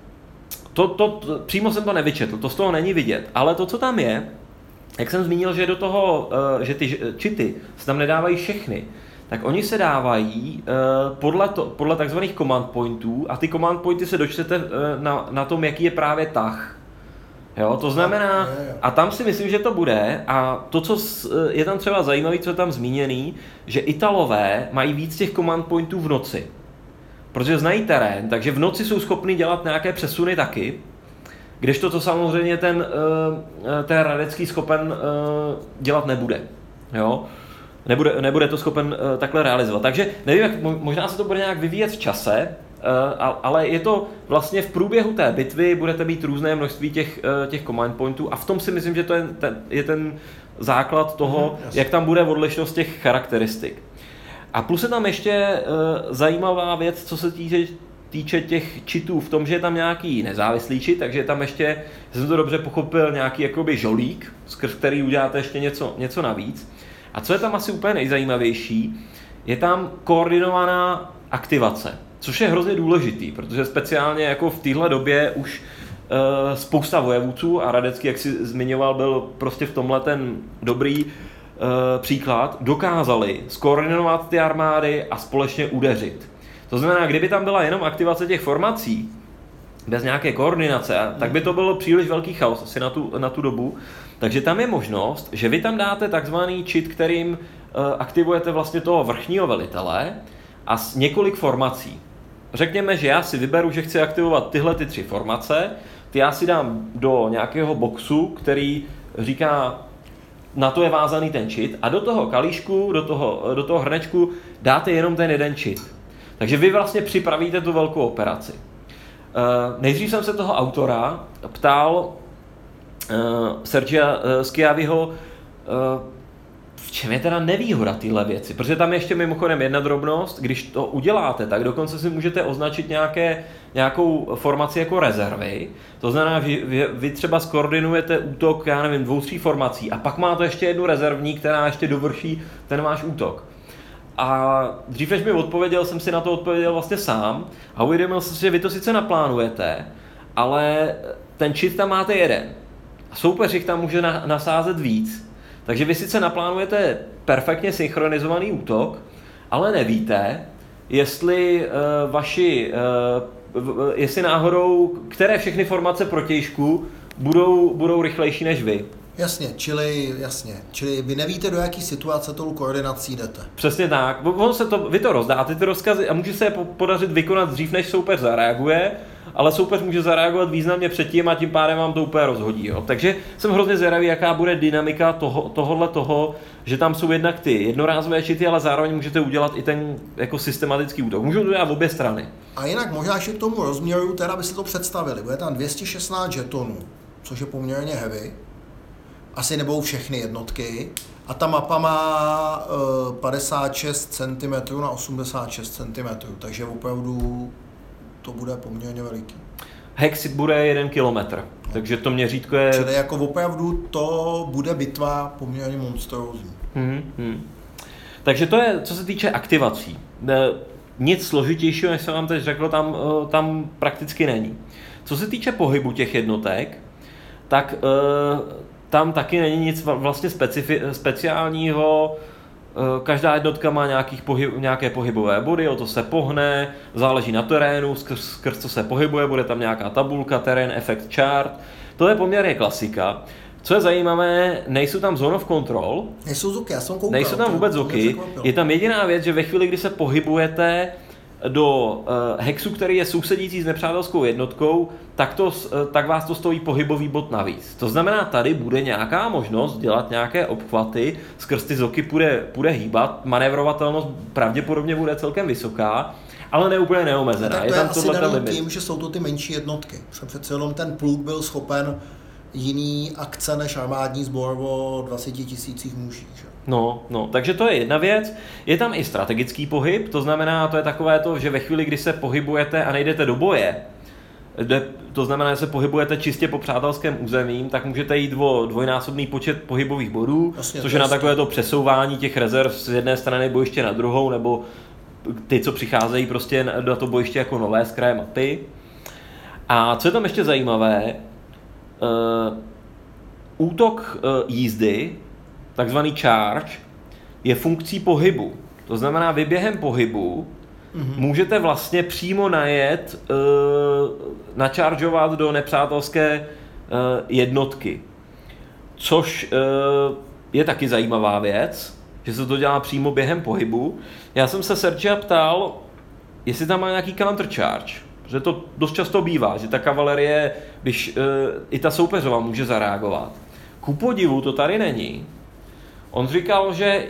Speaker 1: to, to, to, přímo jsem to nevyčetl, to z toho není vidět, ale to, co tam je, jak jsem zmínil, že do toho, uh, že ty čity se tam nedávají všechny, tak oni se dávají uh, podle, to, podle takzvaných command pointů a ty command pointy se dočtete uh, na, na tom, jaký je právě tah. Jo, to znamená, a tam si myslím, že to bude a to, co je tam třeba zajímavé, co je tam zmíněný, že Italové mají víc těch command pointů v noci. Protože znají terén, takže v noci jsou schopni dělat nějaké přesuny taky, kdežto to samozřejmě ten, uh, ten Radecký schopen uh, dělat nebude. Jo? Nebude, nebude to schopen uh, takhle realizovat. Takže nevím, jak, možná se to bude nějak vyvíjet v čase, uh, ale je to vlastně v průběhu té bitvy, budete mít různé množství těch, uh, těch command pointů a v tom si myslím, že to je ten, je ten základ toho, mm, jak tam bude odlišnost těch charakteristik. A plus je tam ještě uh, zajímavá věc, co se týče, týče těch cheatů v tom, že je tam nějaký nezávislý cheat, takže je tam ještě, jsem to dobře pochopil, nějaký jakoby žolík, skrz který uděláte ještě něco, něco navíc. A co je tam asi úplně nejzajímavější, je tam koordinovaná aktivace, což je hrozně důležitý, protože speciálně jako v téhle době už uh, spousta vojevůdců a Radecký, jak si zmiňoval, byl prostě v tomhle ten dobrý uh, příklad, dokázali skoordinovat ty armády a společně udeřit. To znamená, kdyby tam byla jenom aktivace těch formací, bez nějaké koordinace, tak by to bylo příliš velký chaos asi na tu, na tu dobu. Takže tam je možnost, že vy tam dáte takzvaný cheat, kterým uh, aktivujete vlastně toho vrchního velitele a s několik formací. Řekněme, že já si vyberu, že chci aktivovat tyhle ty tři formace, ty já si dám do nějakého boxu, který říká, na to je vázaný ten cheat, a do toho kalíšku, do toho, do toho hrnečku dáte jenom ten jeden cheat. Takže vy vlastně připravíte tu velkou operaci. Uh, nejdřív jsem se toho autora ptal uh, Sergia uh, Schiaviho, uh, v čem je teda nevýhoda tyhle věci, protože tam je ještě mimochodem jedna drobnost, když to uděláte, tak dokonce si můžete označit nějaké, nějakou formaci jako rezervy, to znamená, že vy, vy třeba skoordinujete útok, já nevím, dvou, tří formací a pak máte ještě jednu rezervní, která ještě dovrší ten váš útok. A dřív, než mi odpověděl, jsem si na to odpověděl vlastně sám a uvědomil jsem si, že vy to sice naplánujete, ale ten cheat tam máte jeden a soupeř jich tam může na, nasázet víc. Takže vy sice naplánujete perfektně synchronizovaný útok, ale nevíte, jestli uh, vaši, uh, jestli náhodou, které všechny formace protějšku budou, budou rychlejší než vy.
Speaker 2: Jasně, čili, jasně, čili vy nevíte, do jaký situace tou koordinací jdete.
Speaker 1: Přesně tak, on se to, vy to rozdáte, ty rozkazy, a může se je podařit vykonat dřív, než soupeř zareaguje, ale soupeř může zareagovat významně předtím a tím pádem vám to úplně rozhodí. Jo. Takže jsem hrozně zvědavý, jaká bude dynamika toho, tohohle toho, že tam jsou jednak ty jednorázové cheaty, ale zároveň můžete udělat i ten jako systematický útok. Můžou to dělat v obě strany.
Speaker 2: A jinak možná ještě k tomu rozměru, teda by si to představili, bude tam dvě stě šestnáct žetonů, což je poměrně heavy. Asi nebudou všechny jednotky. A ta mapa má uh, padesát šest centimetrů na osmdesát šest centimetrů, takže opravdu to bude poměrně veliký.
Speaker 1: Hex bude jeden kilometr, no. Takže to měřítko je...
Speaker 2: Čili jako opravdu to bude bitva poměrně monstrózní.
Speaker 1: Hmm, hmm. Takže to je, co se týče aktivací. Nic složitějšího, než jsem vám teď řekl, tam, tam prakticky není. Co se týče pohybu těch jednotek, tak tam taky není nic vlastně specifi- speciálního. Každá jednotka má nějakých pohyb, nějaké pohybové body, o to se pohne, záleží na terénu, skrz, skrz co se pohybuje, bude tam nějaká tabulka, terén, effect chart. To je poměrně klasika. Co je zajímavé, nejsou tam zone of control.
Speaker 2: Nejsou zuky, já jsem koukal.
Speaker 1: Nejsou tam vůbec zuky. Je tam jediná věc, že ve chvíli, kdy se pohybujete do uh, hexu, který je sousedící s nepřátelskou jednotkou, tak, to, uh, tak vás to stojí pohybový bod navíc. To znamená, tady bude nějaká možnost dělat nějaké obchvaty, skrz ty zoky půjde, půjde hýbat, manévrovatelnost pravděpodobně bude celkem vysoká, ale ne úplně neomezená.
Speaker 2: Tak to
Speaker 1: je,
Speaker 2: je
Speaker 1: tam
Speaker 2: asi daný
Speaker 1: limit.
Speaker 2: tím, že jsou to ty menší jednotky. Přece jenom ten pluk byl schopen jiný akce než armádní sbor o dvaceti tisících mužích. Že?
Speaker 1: No, no, takže to je jedna věc. Je tam i strategický pohyb, to znamená, to je takové to, že ve chvíli, kdy se pohybujete a nejdete do boje, to znamená, že se pohybujete čistě po přátelském území, tak můžete jít o dvojnásobný počet pohybových bodů,
Speaker 2: jasně,
Speaker 1: což je na takové to přesouvání těch rezerv z jedné strany bojiště na druhou, nebo ty, co přicházejí prostě na to bojiště jako nové z kraje mapy. A co je tam ještě zajímavé, uh, útok uh, jízdy, takzvaný charge, je funkcí pohybu. To znamená, vy během pohybu mm-hmm. můžete vlastně přímo najet, uh, načaržovat do nepřátelské uh, jednotky. Což uh, je taky zajímavá věc, že se to dělá přímo během pohybu. Já jsem se Sergia ptal, jestli tam má nějaký countercharge, protože to dost často bývá, že ta kavalerie, když uh, i ta soupeřová může zareagovat. Ku podivu to tady není. On říkal, že,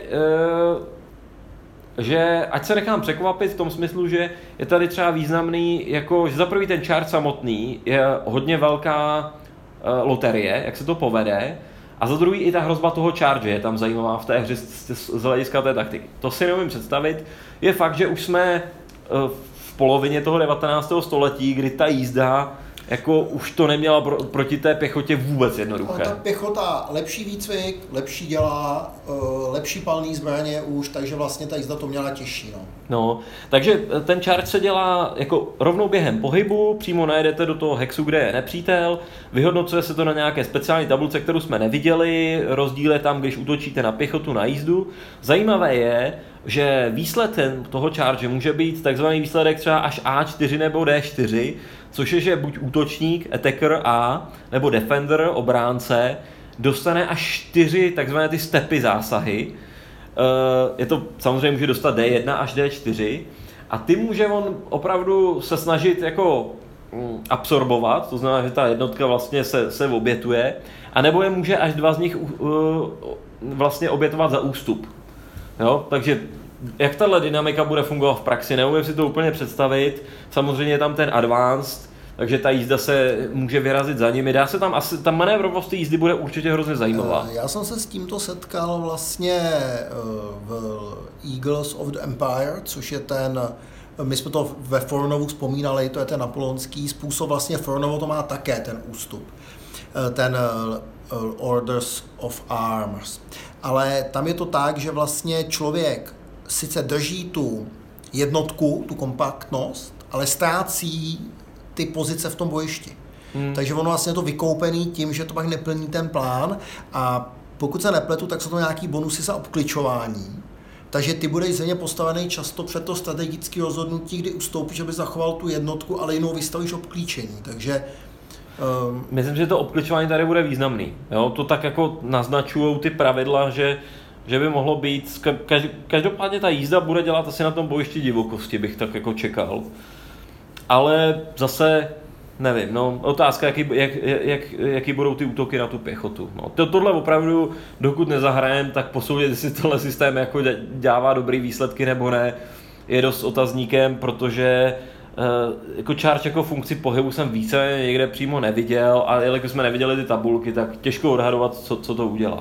Speaker 1: že ať se nechám překvapit v tom smyslu, že je tady třeba významný, jako, že za prvý ten charge samotný je hodně velká loterie, jak se to povede, a za druhý i ta hrozba toho charge je tam zajímavá v té hře z hlediska té taktiky. To si neumím představit. Je fakt, že už jsme v polovině toho devatenáctého století, kdy ta jízda jako už to neměla pro, proti té pěchotě vůbec jednoduché.
Speaker 2: No, ta pěchota lepší výcvik, lepší dělá, lepší palný zbraně už, takže vlastně ta jízda to měla těžší. No.
Speaker 1: no, takže ten charge se dělá jako rovnou během pohybu, přímo najedete do toho hexu, kde je nepřítel, vyhodnocuje se to na nějaké speciální tabulce, kterou jsme neviděli, rozdíl je tam, když útočíte na pěchotu, na jízdu. Zajímavé je, že výsledkem toho charge může být takzvaný výsledek třeba až á čtyři nebo dé čtyři, což je, že buď útočník, attacker A, nebo defender, obránce, dostane až čtyři takzvané ty stepy zásahy. Je to samozřejmě může dostat D jedna až D čtyři a ty může on opravdu se snažit jako absorbovat, to znamená, že ta jednotka vlastně se, se obětuje, anebo je může až dva z nich uh, vlastně obětovat za ústup. Jo? Takže jak tahle dynamika bude fungovat v praxi, neumím si to úplně představit, samozřejmě je tam ten advanced, takže ta jízda se může vyrazit za nimi. Dá se tam asi, ta manévrovost té jízdy bude určitě hrozně zajímavá.
Speaker 2: Já jsem se s tímto setkal vlastně v Eagles of the Empire, což je ten, my jsme to ve Fornovu vzpomínali, to je ten napoleonský způsob, vlastně Fornovo to má také ten ústup, ten Orders of Arms. Ale tam je to tak, že vlastně člověk sice drží tu jednotku, tu kompaktnost, ale ztrácí ty pozice v tom bojišti. Hmm. Takže ono vlastně je to vykoupený tím, že to pak neplní ten plán a pokud se nepletu, tak jsou to nějaký bonusy za obkličování. Takže ty budeš země postavený často před to strategické rozhodnutí, kdy ustoupíš, aby zachoval tu jednotku, ale jinou vystavíš obklíčení. Takže
Speaker 1: um... myslím, že to obkličování tady bude významný. Jo? To tak jako naznačují ty pravidla, že že by mohlo být, každopádně ta jízda bude dělat asi na tom bojišti divokosti, bych tak jako čekal. Ale zase, nevím, no, otázka, jaký, jak, jak, jaký budou ty útoky na tu pěchotu. No, to, tohle opravdu, dokud nezahrajem, tak posoudit, jestli tohle systém jako dává dobrý výsledky nebo ne, je dost otazníkem, protože jako charge jako funkci pohybu jsem více někde přímo neviděl a jelikož jsme neviděli ty tabulky, tak těžko odhadovat, co, co to udělá.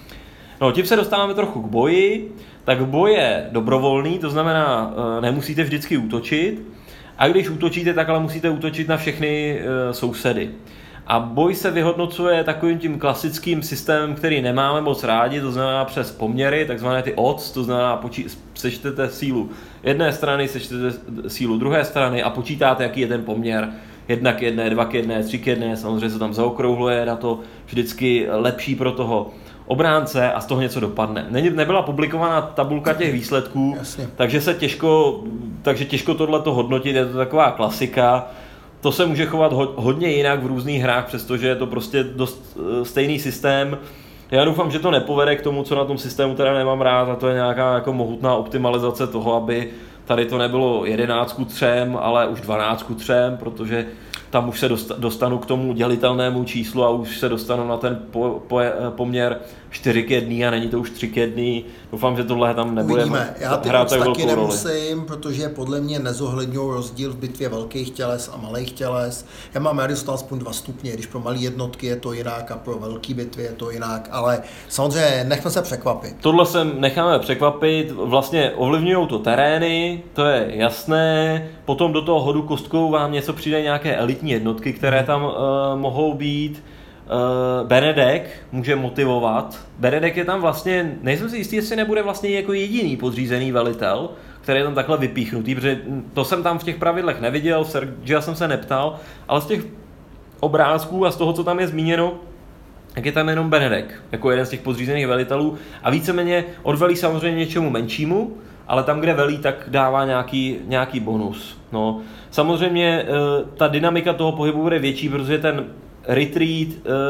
Speaker 1: No, tím se dostáváme trochu k boji, tak boj je dobrovolný, to znamená, nemusíte vždycky útočit, a když útočíte, tak ale musíte útočit na všechny e, sousedy. A boj se vyhodnocuje takovým tím klasickým systémem, který nemáme moc rádi, to znamená přes poměry, takzvané ty odds, to znamená počí- sečtete sílu jedné strany, sečtete sílu druhé strany a počítáte, jaký je ten poměr. Jedna k jedné, dva k jedné, tři k jedné, samozřejmě se tam zaokrouhluje na to vždycky lepší pro toho obránce a z toho něco dopadne. Nebyla publikovaná tabulka těch výsledků,
Speaker 2: Jasně.
Speaker 1: takže se těžko, takže těžko tohleto hodnotit, je to taková klasika. To se může chovat ho, hodně jinak v různých hrách, přestože je to prostě dost uh, stejný systém. Já doufám, že to nepovede k tomu, co na tom systému teda nemám rád, a to je nějaká jako mohutná optimalizace toho, aby tady to nebylo jedenáct ku třem, ale už dvanáct ku třem, protože tam už se dostanu k tomu dělitelnému číslu a už se dostanu na ten po, po, poměr čtyři k jedné a není to už tři k jedné. Doufám, že tohle tam nebude
Speaker 2: Uvidíme. Já ty
Speaker 1: hrát tak
Speaker 2: taky
Speaker 1: velkou
Speaker 2: nemusím,
Speaker 1: roli.
Speaker 2: Protože podle mě nezohledňují rozdíl v bitvě velkých těles a malých těles. Já mám rád, že to aspoň dva stupně, když pro malé jednotky je to jinak a pro velké bitvy je to jinak, ale samozřejmě nechme se překvapit.
Speaker 1: Tohle se necháme překvapit, vlastně ovlivňují to terény, to je jasné, potom do toho hodu kostkou vám něco přijde nějaké elitní jednotky, které tam uh, mohou být. Uh, Benedek může motivovat. Benedek je tam vlastně, nejsem si jistý, jestli nebude vlastně jako jediný podřízený velitel, který je tam takhle vypíchnutý, protože to jsem tam v těch pravidlech neviděl, Sergia jsem se neptal, ale z těch obrázků a z toho, co tam je zmíněno, tak je tam jenom Benedek, jako jeden z těch podřízených velitelů a víceméně odvelí samozřejmě něčemu menšímu, ale tam, kde velí, tak dává nějaký, nějaký bonus. No, samozřejmě ta dynamika toho pohybu bude větší, protože ten retreat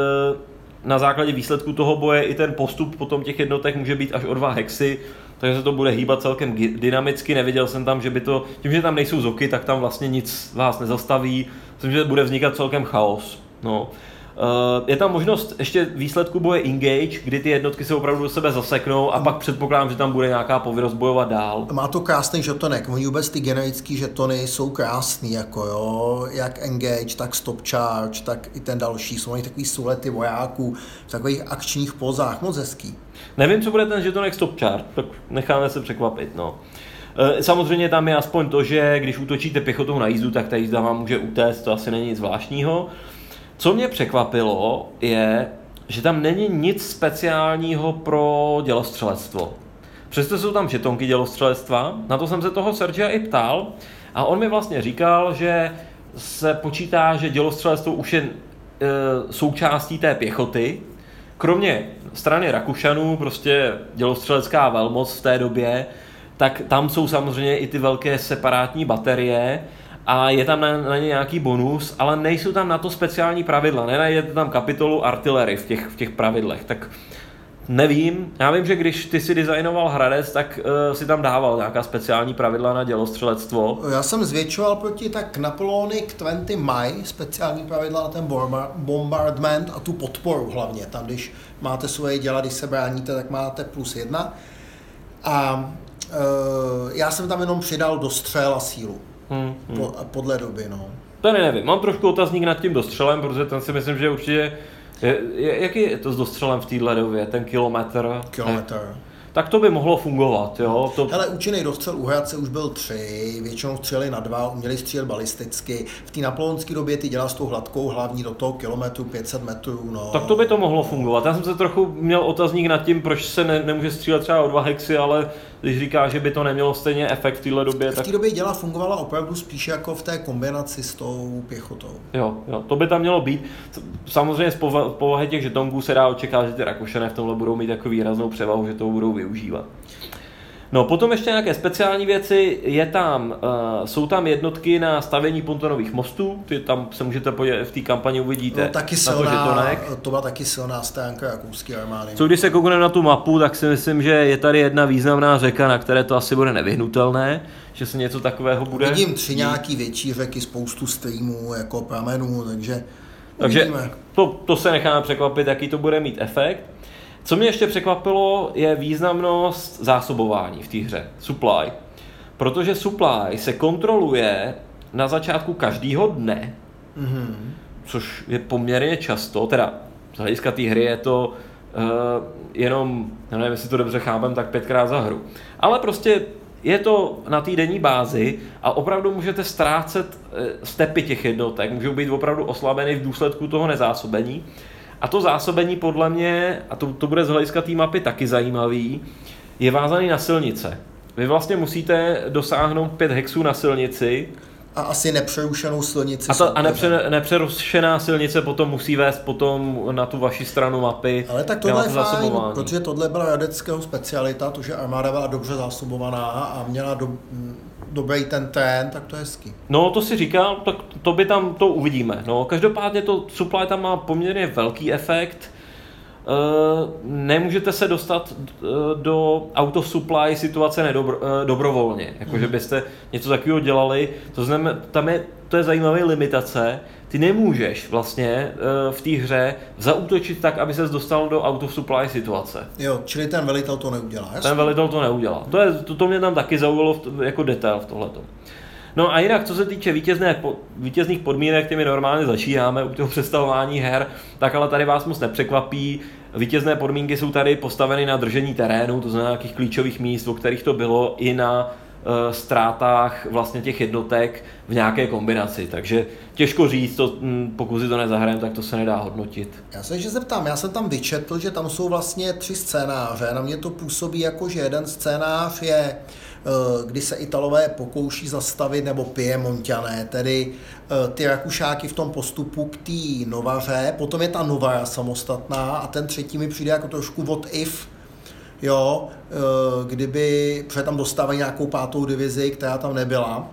Speaker 1: na základě výsledku toho boje i ten postup potom těch jednotek může být až o dva hexy, takže se to bude hýbat celkem dynamicky. Neviděl jsem tam, že by to, tím, že tam nejsou zoky, tak tam vlastně nic vás nezastaví. Myslím, že bude vznikat celkem chaos. No. Je tam možnost ještě výsledku boje engage, kdy ty jednotky se opravdu do sebe zaseknou a pak předpokládám, že tam bude nějaká povinnost bojovat dál.
Speaker 2: Má to krásný žetonek, oni vůbec ty generický žetony jsou krásný, jako jo, jak engage, tak stop charge, tak i ten další, jsou oni takový sulety vojáků v takových akčních pozách, moc hezký.
Speaker 1: Nevím, co bude ten žetonek stop charge, tak necháme se překvapit, no. Samozřejmě tam je aspoň to, že když útočíte pěchotou na jízdu, tak ta jízda vám může utéct, to asi není nic zvláštního. Co mě překvapilo, je, že tam není nic speciálního pro dělostřelectvo. Přesto jsou tam žetonky dělostřelectva, na to jsem se toho Sergia i ptal a on mi vlastně říkal, že se počítá, že dělostřelectvo už je e, součástí té pěchoty. Kromě strany Rakušanů, prostě dělostřelecká velmoc v té době, tak tam jsou samozřejmě i ty velké separátní baterie a je tam na, na ně nějaký bonus, ale nejsou tam na to speciální pravidla, nenajdete tam kapitolu artillery v těch, v těch pravidlech, tak nevím, já vím, že když ty si designoval Hradec, tak uh, si tam dával nějaká speciální pravidla na dělostřelectvo.
Speaker 2: Já jsem zvětšoval proti tak Napoleonic dvacet maj, speciální pravidla na ten bombardment a tu podporu hlavně. Tam, když máte svoje děla, když se bráníte, tak máte plus jedna. A uh, já jsem tam jenom přidal dostřel a sílu. Hmm, hmm. Po, podle doby, no.
Speaker 1: To nevím, mám trošku otazník nad tím dostřelem, protože ten si myslím, že určitě Je, jaký je to s dostřelem v téhle době, ten kilometr?
Speaker 2: Kilometr.
Speaker 1: Tak to by mohlo fungovat, jo? To...
Speaker 2: Hele, účinný dostřel u Hradce už byl tři, většinou střelili na dva, uměli střílet balisticky. V té napoleonské době ty dělal s tou hladkou hlavní do toho kilometru, pět set metrů, no.
Speaker 1: Tak to by to mohlo fungovat. Já jsem se trochu měl otazník nad tím, proč se ne, nemůže střílet třeba o dva hexy, ale když říká, že by to nemělo stejně efekt v téhle době,
Speaker 2: v
Speaker 1: tak...
Speaker 2: V té době děla fungovala opravdu spíš jako v té kombinaci s tou pěchotou.
Speaker 1: Jo, jo, to by tam mělo být. Samozřejmě z povahy těch žetonků se dá očekávat, že ty Rakušané v tomhle budou mít jako výraznou převahu, že toho budou využívat. No, potom ještě nějaké speciální věci, je tam, uh, jsou tam jednotky na stavění pontonových mostů, ty tam se můžete podívat, v té kampani uvidíte.
Speaker 2: No, taky silná, to byla taky silná stránka rakouské armády.
Speaker 1: Co když se koukneme na tu mapu, tak si myslím, že je tady jedna významná řeka, na které to asi bude nevyhnutelné, že se něco takového bude.
Speaker 2: Vidím tři nějaký větší řeky, spoustu streamů, jako pramenů, takže
Speaker 1: Takže to, to se necháme překvapit, jaký to bude mít efekt. Co mě ještě překvapilo, je významnost zásobování v té hře, supply. Protože supply se kontroluje na začátku každého dne, mm-hmm. což je poměrně často, teda z hlediska té hry je to uh, jenom, nevím, jestli to dobře chápem, tak pětkrát za hru. Ale prostě je to na týdenní bázi a opravdu můžete ztrácet stepy těch jednotek, můžou být opravdu oslabeny v důsledku toho nezásobení. A to zásobení podle mě, a to, to bude z hlediska té mapy taky zajímavý, je vázaný na silnice. Vy vlastně musíte dosáhnout pět hexů na silnici.
Speaker 2: A asi nepřerušenou silnici.
Speaker 1: A, ta, a nepře, nepřerušená silnice potom musí vést potom na tu vaši stranu mapy.
Speaker 2: Ale tak tohle je fajn, protože tohle byla radeckého specialita, to, že armáda byla dobře zásobovaná a měla do, dobrý ten trend, tak to je hezký.
Speaker 1: No, to si říkám, tak to by tam, to uvidíme. No, každopádně to supply tam má poměrně velký efekt. Uh, nemůžete se dostat uh, do out of supply situace nedobro, uh, dobrovolně, jakože mm. byste něco takového dělali, to znamená, tam je, to je zajímavá limitace, ty nemůžeš vlastně uh, v té hře zaútočit tak, aby ses dostal do out of supply situace.
Speaker 2: Jo, čili ten velitel to neudělá, jasný?
Speaker 1: Ten velitel to neudělá, to, je, to, to mě tam taky zaujalo v, jako detail v tohletom. No a jinak, co se týče vítězné, vítězných podmínek, těmi normálně začínáme u toho představování her, tak ale tady vás moc nepřekvapí. Vítězné podmínky jsou tady postaveny na držení terénu, to znamená nějakých klíčových míst, o kterých to bylo, i na e, ztrátách vlastně těch jednotek v nějaké kombinaci. Takže těžko říct, to, m, pokud si to nezahrajeme, tak to se nedá hodnotit.
Speaker 2: Já se ještě zeptám, já jsem tam vyčetl, že tam jsou vlastně tři scénáře. Na mě to působí jako, že jeden scénář je, kdy se Italové pokouší zastavit, nebo Piemonťané, tedy ty Rakušáky v tom postupu k té Novaře, potom je ta Novara samostatná a ten třetí mi přijde jako trošku what if, jo, kdyby, protože tam dostávají nějakou pátou divizi, která tam nebyla.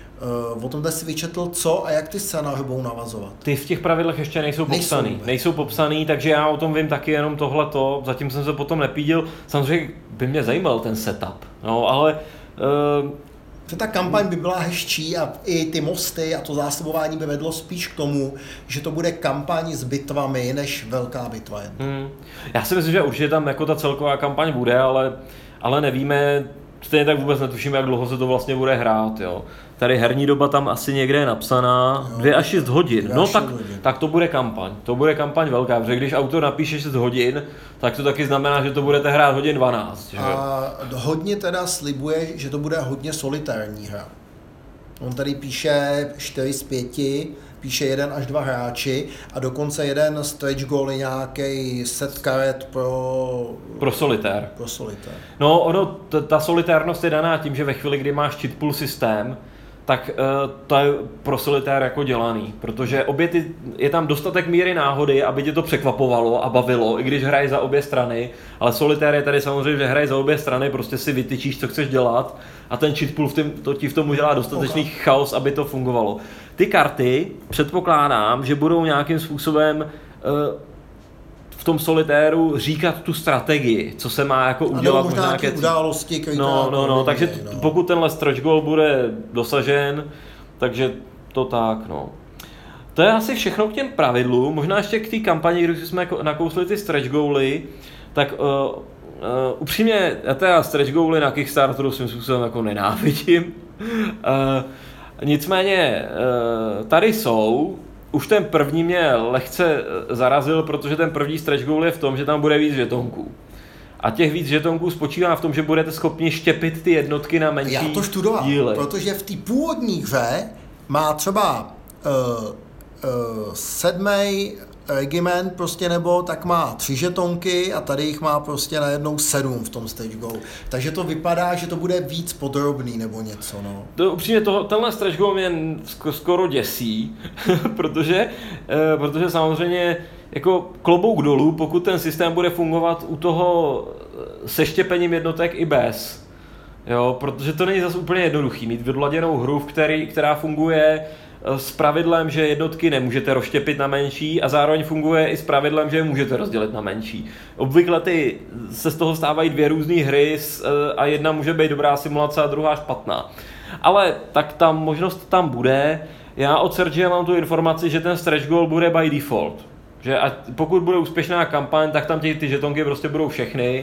Speaker 2: O tom si vyčetl, co a jak ty scénáře budou navazovat.
Speaker 1: Ty v těch pravidlech ještě nejsou popsaný. Nejsou, nejsou popsaný, takže já o tom vím taky jenom tohleto. Zatím jsem se potom nepídil. Samozřejmě by mě zajímal ten setup. No, ale... Uh...
Speaker 2: Ta kampaň by byla hezčí a i ty mosty a to zásobování by vedlo spíš k tomu, že to bude kampaň s bitvami, než velká bitva.
Speaker 1: Hmm. Já si myslím, že určitě tam jako ta celková kampaň bude, ale, ale nevíme, stejně tak vůbec netušíme, jak dlouho se to vlastně bude hrát. Jo. Tady herní doba tam asi někde je napsaná, jo, dvě až šest hodin. No tak, tak to bude kampaň. To bude kampaň velká, protože když autor napíše šest hodin, tak to taky znamená, že to budete hrát hodin dvanáct. Že?
Speaker 2: A hodně teda slibuje, že to bude hodně solitární hra. On tady píše čtyři z pěti, píše jeden až dva hráči a dokonce jeden stretch goal je nějaký set karet pro...
Speaker 1: Pro solitér.
Speaker 2: Pro solitér.
Speaker 1: No ono, t- ta solitérnost je daná tím, že ve chvíli, kdy máš cheat pool systém, tak uh, to je pro solitér jako dělaný, protože obě ty, je tam dostatek míry náhody, aby tě to překvapovalo a bavilo, i když hraješ za obě strany, ale solitér je tady samozřejmě, že hraješ za obě strany, prostě si vytyčíš, co chceš dělat a ten cheat pool v tím, to ti v tom udělá dostatečný okay. chaos, aby to fungovalo. Ty karty předpokládám, že budou nějakým způsobem uh, v tom solitéru říkat tu strategii, co se má jako udělat.
Speaker 2: Ano, možná nějaké události,
Speaker 1: no, no, no, takže no. pokud tenhle stretch goal bude dosažen, takže to tak, no. To je asi všechno k těm pravidlům, možná ještě k té kampani, když jsme nakousli ty stretch goaly, tak uh, uh, upřímně, já teda stretch goaly na Kickstarteru svým způsobem jako nenávidím. uh, nicméně, uh, tady jsou. Už ten první mě lehce zarazil, protože ten první stretch goal je v tom, že tam bude víc žetonků. A těch víc žetonků spočívá v tom, že budete schopni štěpit ty jednotky na menší díly.
Speaker 2: Já to študoval, protože v té původní hře má třeba uh, uh, sedmý regiment prostě nebo tak má tři žetonky a tady jich má prostě najednou sedm v tom stretch goal. Takže to vypadá, že to bude víc podrobný nebo něco, no.
Speaker 1: To upřímně, toho, tenhle stretch goal mě skoro děsí, protože, eh, protože samozřejmě jako klobouk dolů, pokud ten systém bude fungovat u toho se štěpením jednotek i bez. Jo, protože to není zase úplně jednoduchý mít vyladěnou hru, v který, která funguje s pravidlem, že jednotky nemůžete rozštěpit na menší a zároveň funguje i s pravidlem, že je můžete rozdělit na menší. Obvykle ty se z toho stávají dvě různé hry a jedna může být dobrá simulace a druhá špatná. Ale tak ta možnost tam bude. Já od Sergia mám tu informaci, že ten stretch goal bude by default. Že ať, pokud bude úspěšná kampaň, tak tam ty, ty žetonky prostě budou všechny.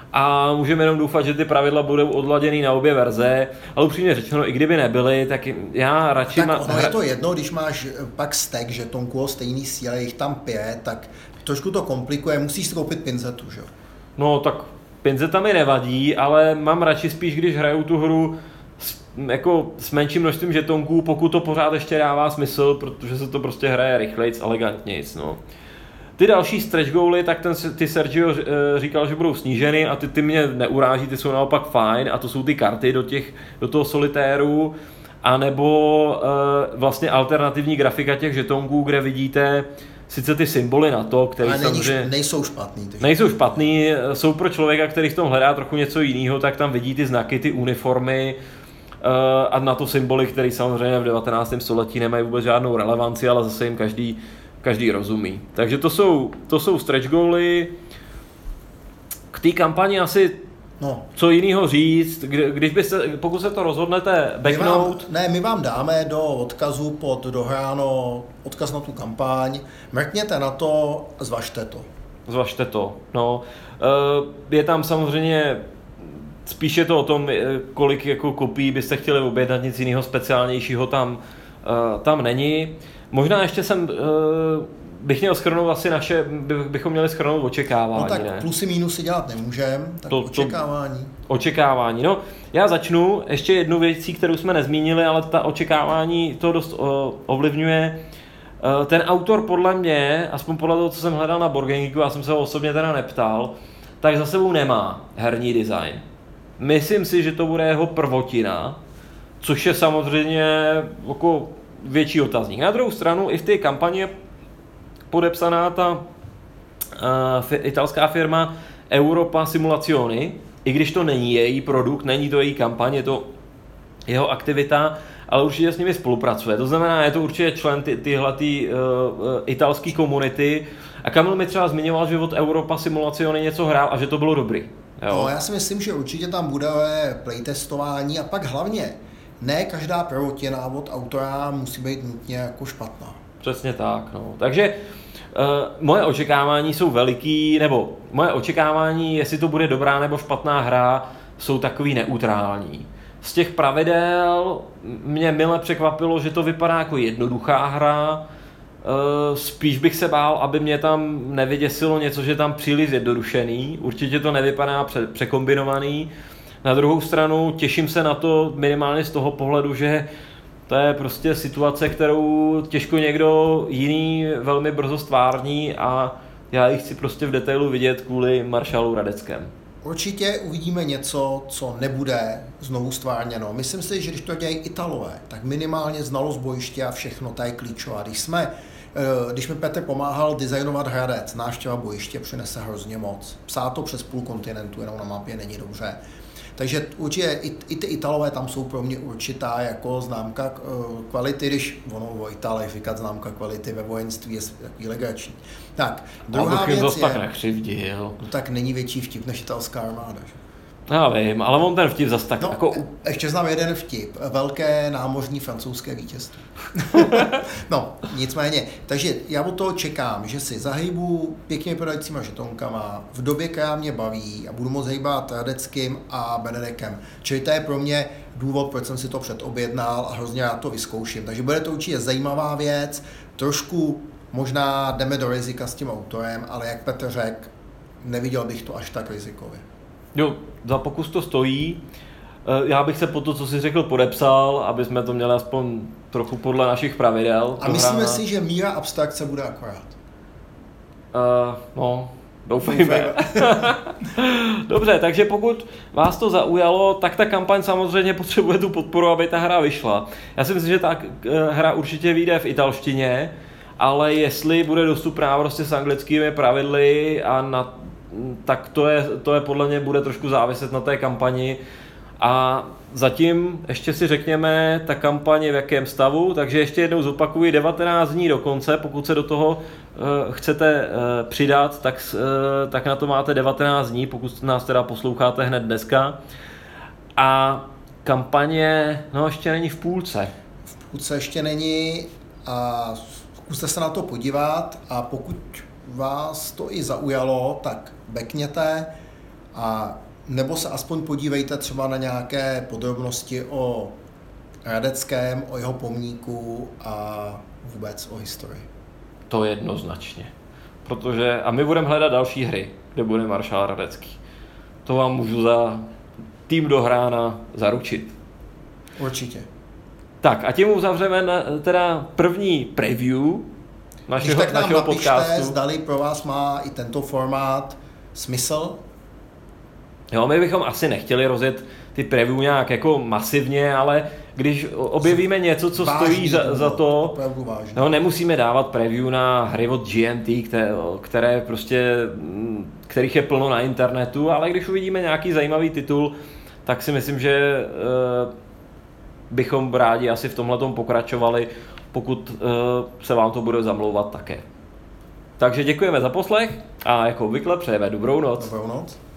Speaker 1: A můžeme jenom doufat, že ty pravidla budou odladěný na obě verze, ale upřímně řečeno, i kdyby nebyly, tak já radši...
Speaker 2: Tak ono je to jedno, když máš pak stack žetonků o stejný síle, jich tam pět, tak trošku to komplikuje, musíš si koupit pinzetu, že jo?
Speaker 1: No tak pinzeta mi nevadí, ale mám radši spíš, když hraju tu hru s, jako s menším množstvím žetonků, pokud to pořád ještě dává smysl, protože se to prostě hraje rychlejc, elegantnějc, no. Ty další stretch goaly, tak ten, ty Sergio říkal, že budou sníženy a ty, ty mě neuráží, ty jsou naopak fajn a to jsou ty karty do, těch, do toho solitéru a nebo e, vlastně alternativní grafika těch žetonků, kde vidíte sice ty symboly na to, které samozřejmě...
Speaker 2: nejsou špatný.
Speaker 1: Nejsou špatný, jsou pro člověka, který v tom hledá trochu něco jiného, tak tam vidí ty znaky, ty uniformy e, a na to symboly, které samozřejmě v devatenáctém století nemají vůbec žádnou relevanci, ale zase jim každý Každý rozumí. Takže to jsou, to jsou stretch goaly. K té kampani asi no. co jiného říct, když byste, pokud se to rozhodnete backnout.
Speaker 2: Ne, my vám dáme do odkazu pod dohráno odkaz na tu kampaň. Mrkněte na to, zvažte to.
Speaker 1: Zvažte to, no. Je tam samozřejmě spíše to o tom, kolik jako kopií byste chtěli objednat, nic jiného speciálnějšího tam, tam není. Možná ještě jsem uh, bych měl shrnout asi naše, bychom měli shrnout očekávání.
Speaker 2: No tak
Speaker 1: ne?
Speaker 2: plusy minusy dělat nemůžeme, tak to, očekávání.
Speaker 1: To, očekávání, no já začnu ještě jednu věcí, kterou jsme nezmínili, ale ta očekávání to dost uh, ovlivňuje. Uh, ten autor podle mě, aspoň podle toho, co jsem hledal na Board Game Geeku, já jsem se ho osobně teda neptal, tak za sebou nemá herní design. Myslím si, že to bude jeho prvotina, což je samozřejmě jako větší otazník. Na druhou stranu i v té kampani je podepsaná ta uh, italská firma Europa Simulazioni, i když to není její produkt, není to její kampaň, je to jeho aktivita, ale určitě s nimi spolupracuje. To znamená, je to určitě člen ty, tyhle ty, uh, italské komunity. A Kamil mi třeba zmiňoval, že od Europa Simulazioni něco hrál a že to bylo dobrý. Jo?
Speaker 2: No, já si myslím, že určitě tam bude playtestování a pak hlavně ne každá prvotina od autora musí být nutně jako špatná.
Speaker 1: Přesně tak, no. Takže uh, moje očekávání jsou veliký, nebo moje očekávání, jestli to bude dobrá nebo špatná hra, jsou takový neutrální. Z těch pravidel mě mile překvapilo, že to vypadá jako jednoduchá hra, uh, spíš bych se bál, aby mě tam nevyděsilo něco, že je tam příliš zjednodušený, určitě to nevypadá pře- překombinovaný. Na druhou stranu těším se na to minimálně z toho pohledu, že to je prostě situace, kterou těžko někdo jiný velmi brzo stvární a já ji chci prostě v detailu vidět kvůli maršálu Radeckém.
Speaker 2: Určitě uvidíme něco, co nebude znovu stvárněno. Myslím si, že když to dělají Italové, tak minimálně znalost bojiště a všechno, ta je klíčová. Když jsme, když mi Petr pomáhal designovat Hradec, návštěva bojiště přinese hrozně moc. Psát to přes půl kontinentu jenom na mapě není dobře. Takže určitě i, i ty Italové tam jsou pro mě určitá jako známka kvality, když ono o Itálii říkat známka kvality ve vojenství je takový legrační. Tak, druhá věc je...
Speaker 1: tak nekřivdil.
Speaker 2: No tak není větší vtip než italská armáda, že?
Speaker 1: Já vím, ale on ten vtip zas tak
Speaker 2: no,
Speaker 1: jako...
Speaker 2: Ještě znám jeden vtip. Velké námořní francouzské vítězství. No, nicméně. Takže já od toho čekám, že si zahýbu pěkně prodajícíma žetonkama, v době, která mě baví a budu moct hejbat Radeckým a Benedektem. Čili to je pro mě důvod, proč jsem si to předobjednal a hrozně rád to vyzkouším. Takže bude to určitě zajímavá věc. Trošku možná jdeme do rizika s tím autorem, ale jak Petr řekl, neviděl bych to až tak rizikově.
Speaker 1: Jo, za pokus to stojí. Já bych se po to, co jsi řekl, podepsal, aby jsme to měli aspoň trochu podle našich pravidel.
Speaker 2: A myslíme si, že míra abstrakce bude akorát.
Speaker 1: Uh, no, doufejme. Dobře, takže pokud vás to zaujalo, tak ta kampaň samozřejmě potřebuje tu podporu, aby ta hra vyšla. Já si myslím, že ta hra určitě vyjde v italštině, ale jestli bude dostupná prostě s anglickými pravidly a na tak to je, to je podle mě bude trošku záviset na té kampani. A zatím ještě si řekněme, ta kampaň je v jakém stavu, takže ještě jednou zopakuji, devatenáct dní do konce, pokud se do toho uh, chcete uh, přidat, tak, uh, tak na to máte devatenáct dní, pokud nás teda posloucháte hned dneska. A kampaně, no ještě není v půlce.
Speaker 2: V půlce ještě není a zkuste se na to podívat a pokud vás to i zaujalo, tak bekněte a nebo se aspoň podívejte třeba na nějaké podrobnosti o Radeckém, o jeho pomníku a vůbec o historii.
Speaker 1: To jednoznačně. Protože, a my budeme hledat další hry, kde bude maršál Radecký. To vám můžu za tým Dohrána zaručit.
Speaker 2: Určitě.
Speaker 1: Tak a tím uzavřeme na, teda první preview našeho,
Speaker 2: Když tak nám
Speaker 1: našeho
Speaker 2: napište,
Speaker 1: podcastu.
Speaker 2: zdali pro vás má i tento formát smysl.
Speaker 1: Jo, my bychom asi nechtěli rozjet ty preview nějak jako masivně, ale když objevíme něco, co
Speaker 2: vážný
Speaker 1: stojí za, za to, no, nemusíme dávat preview na hry od G M T, které, které prostě, kterých je plno na internetu, ale když uvidíme nějaký zajímavý titul, tak si myslím, že uh, bychom rádi asi v tomhletom pokračovali, pokud uh, se vám to bude zamlouvat také. Takže děkujeme za poslech a jako obvykle přejeme dobrou noc.
Speaker 2: Dobrou noc.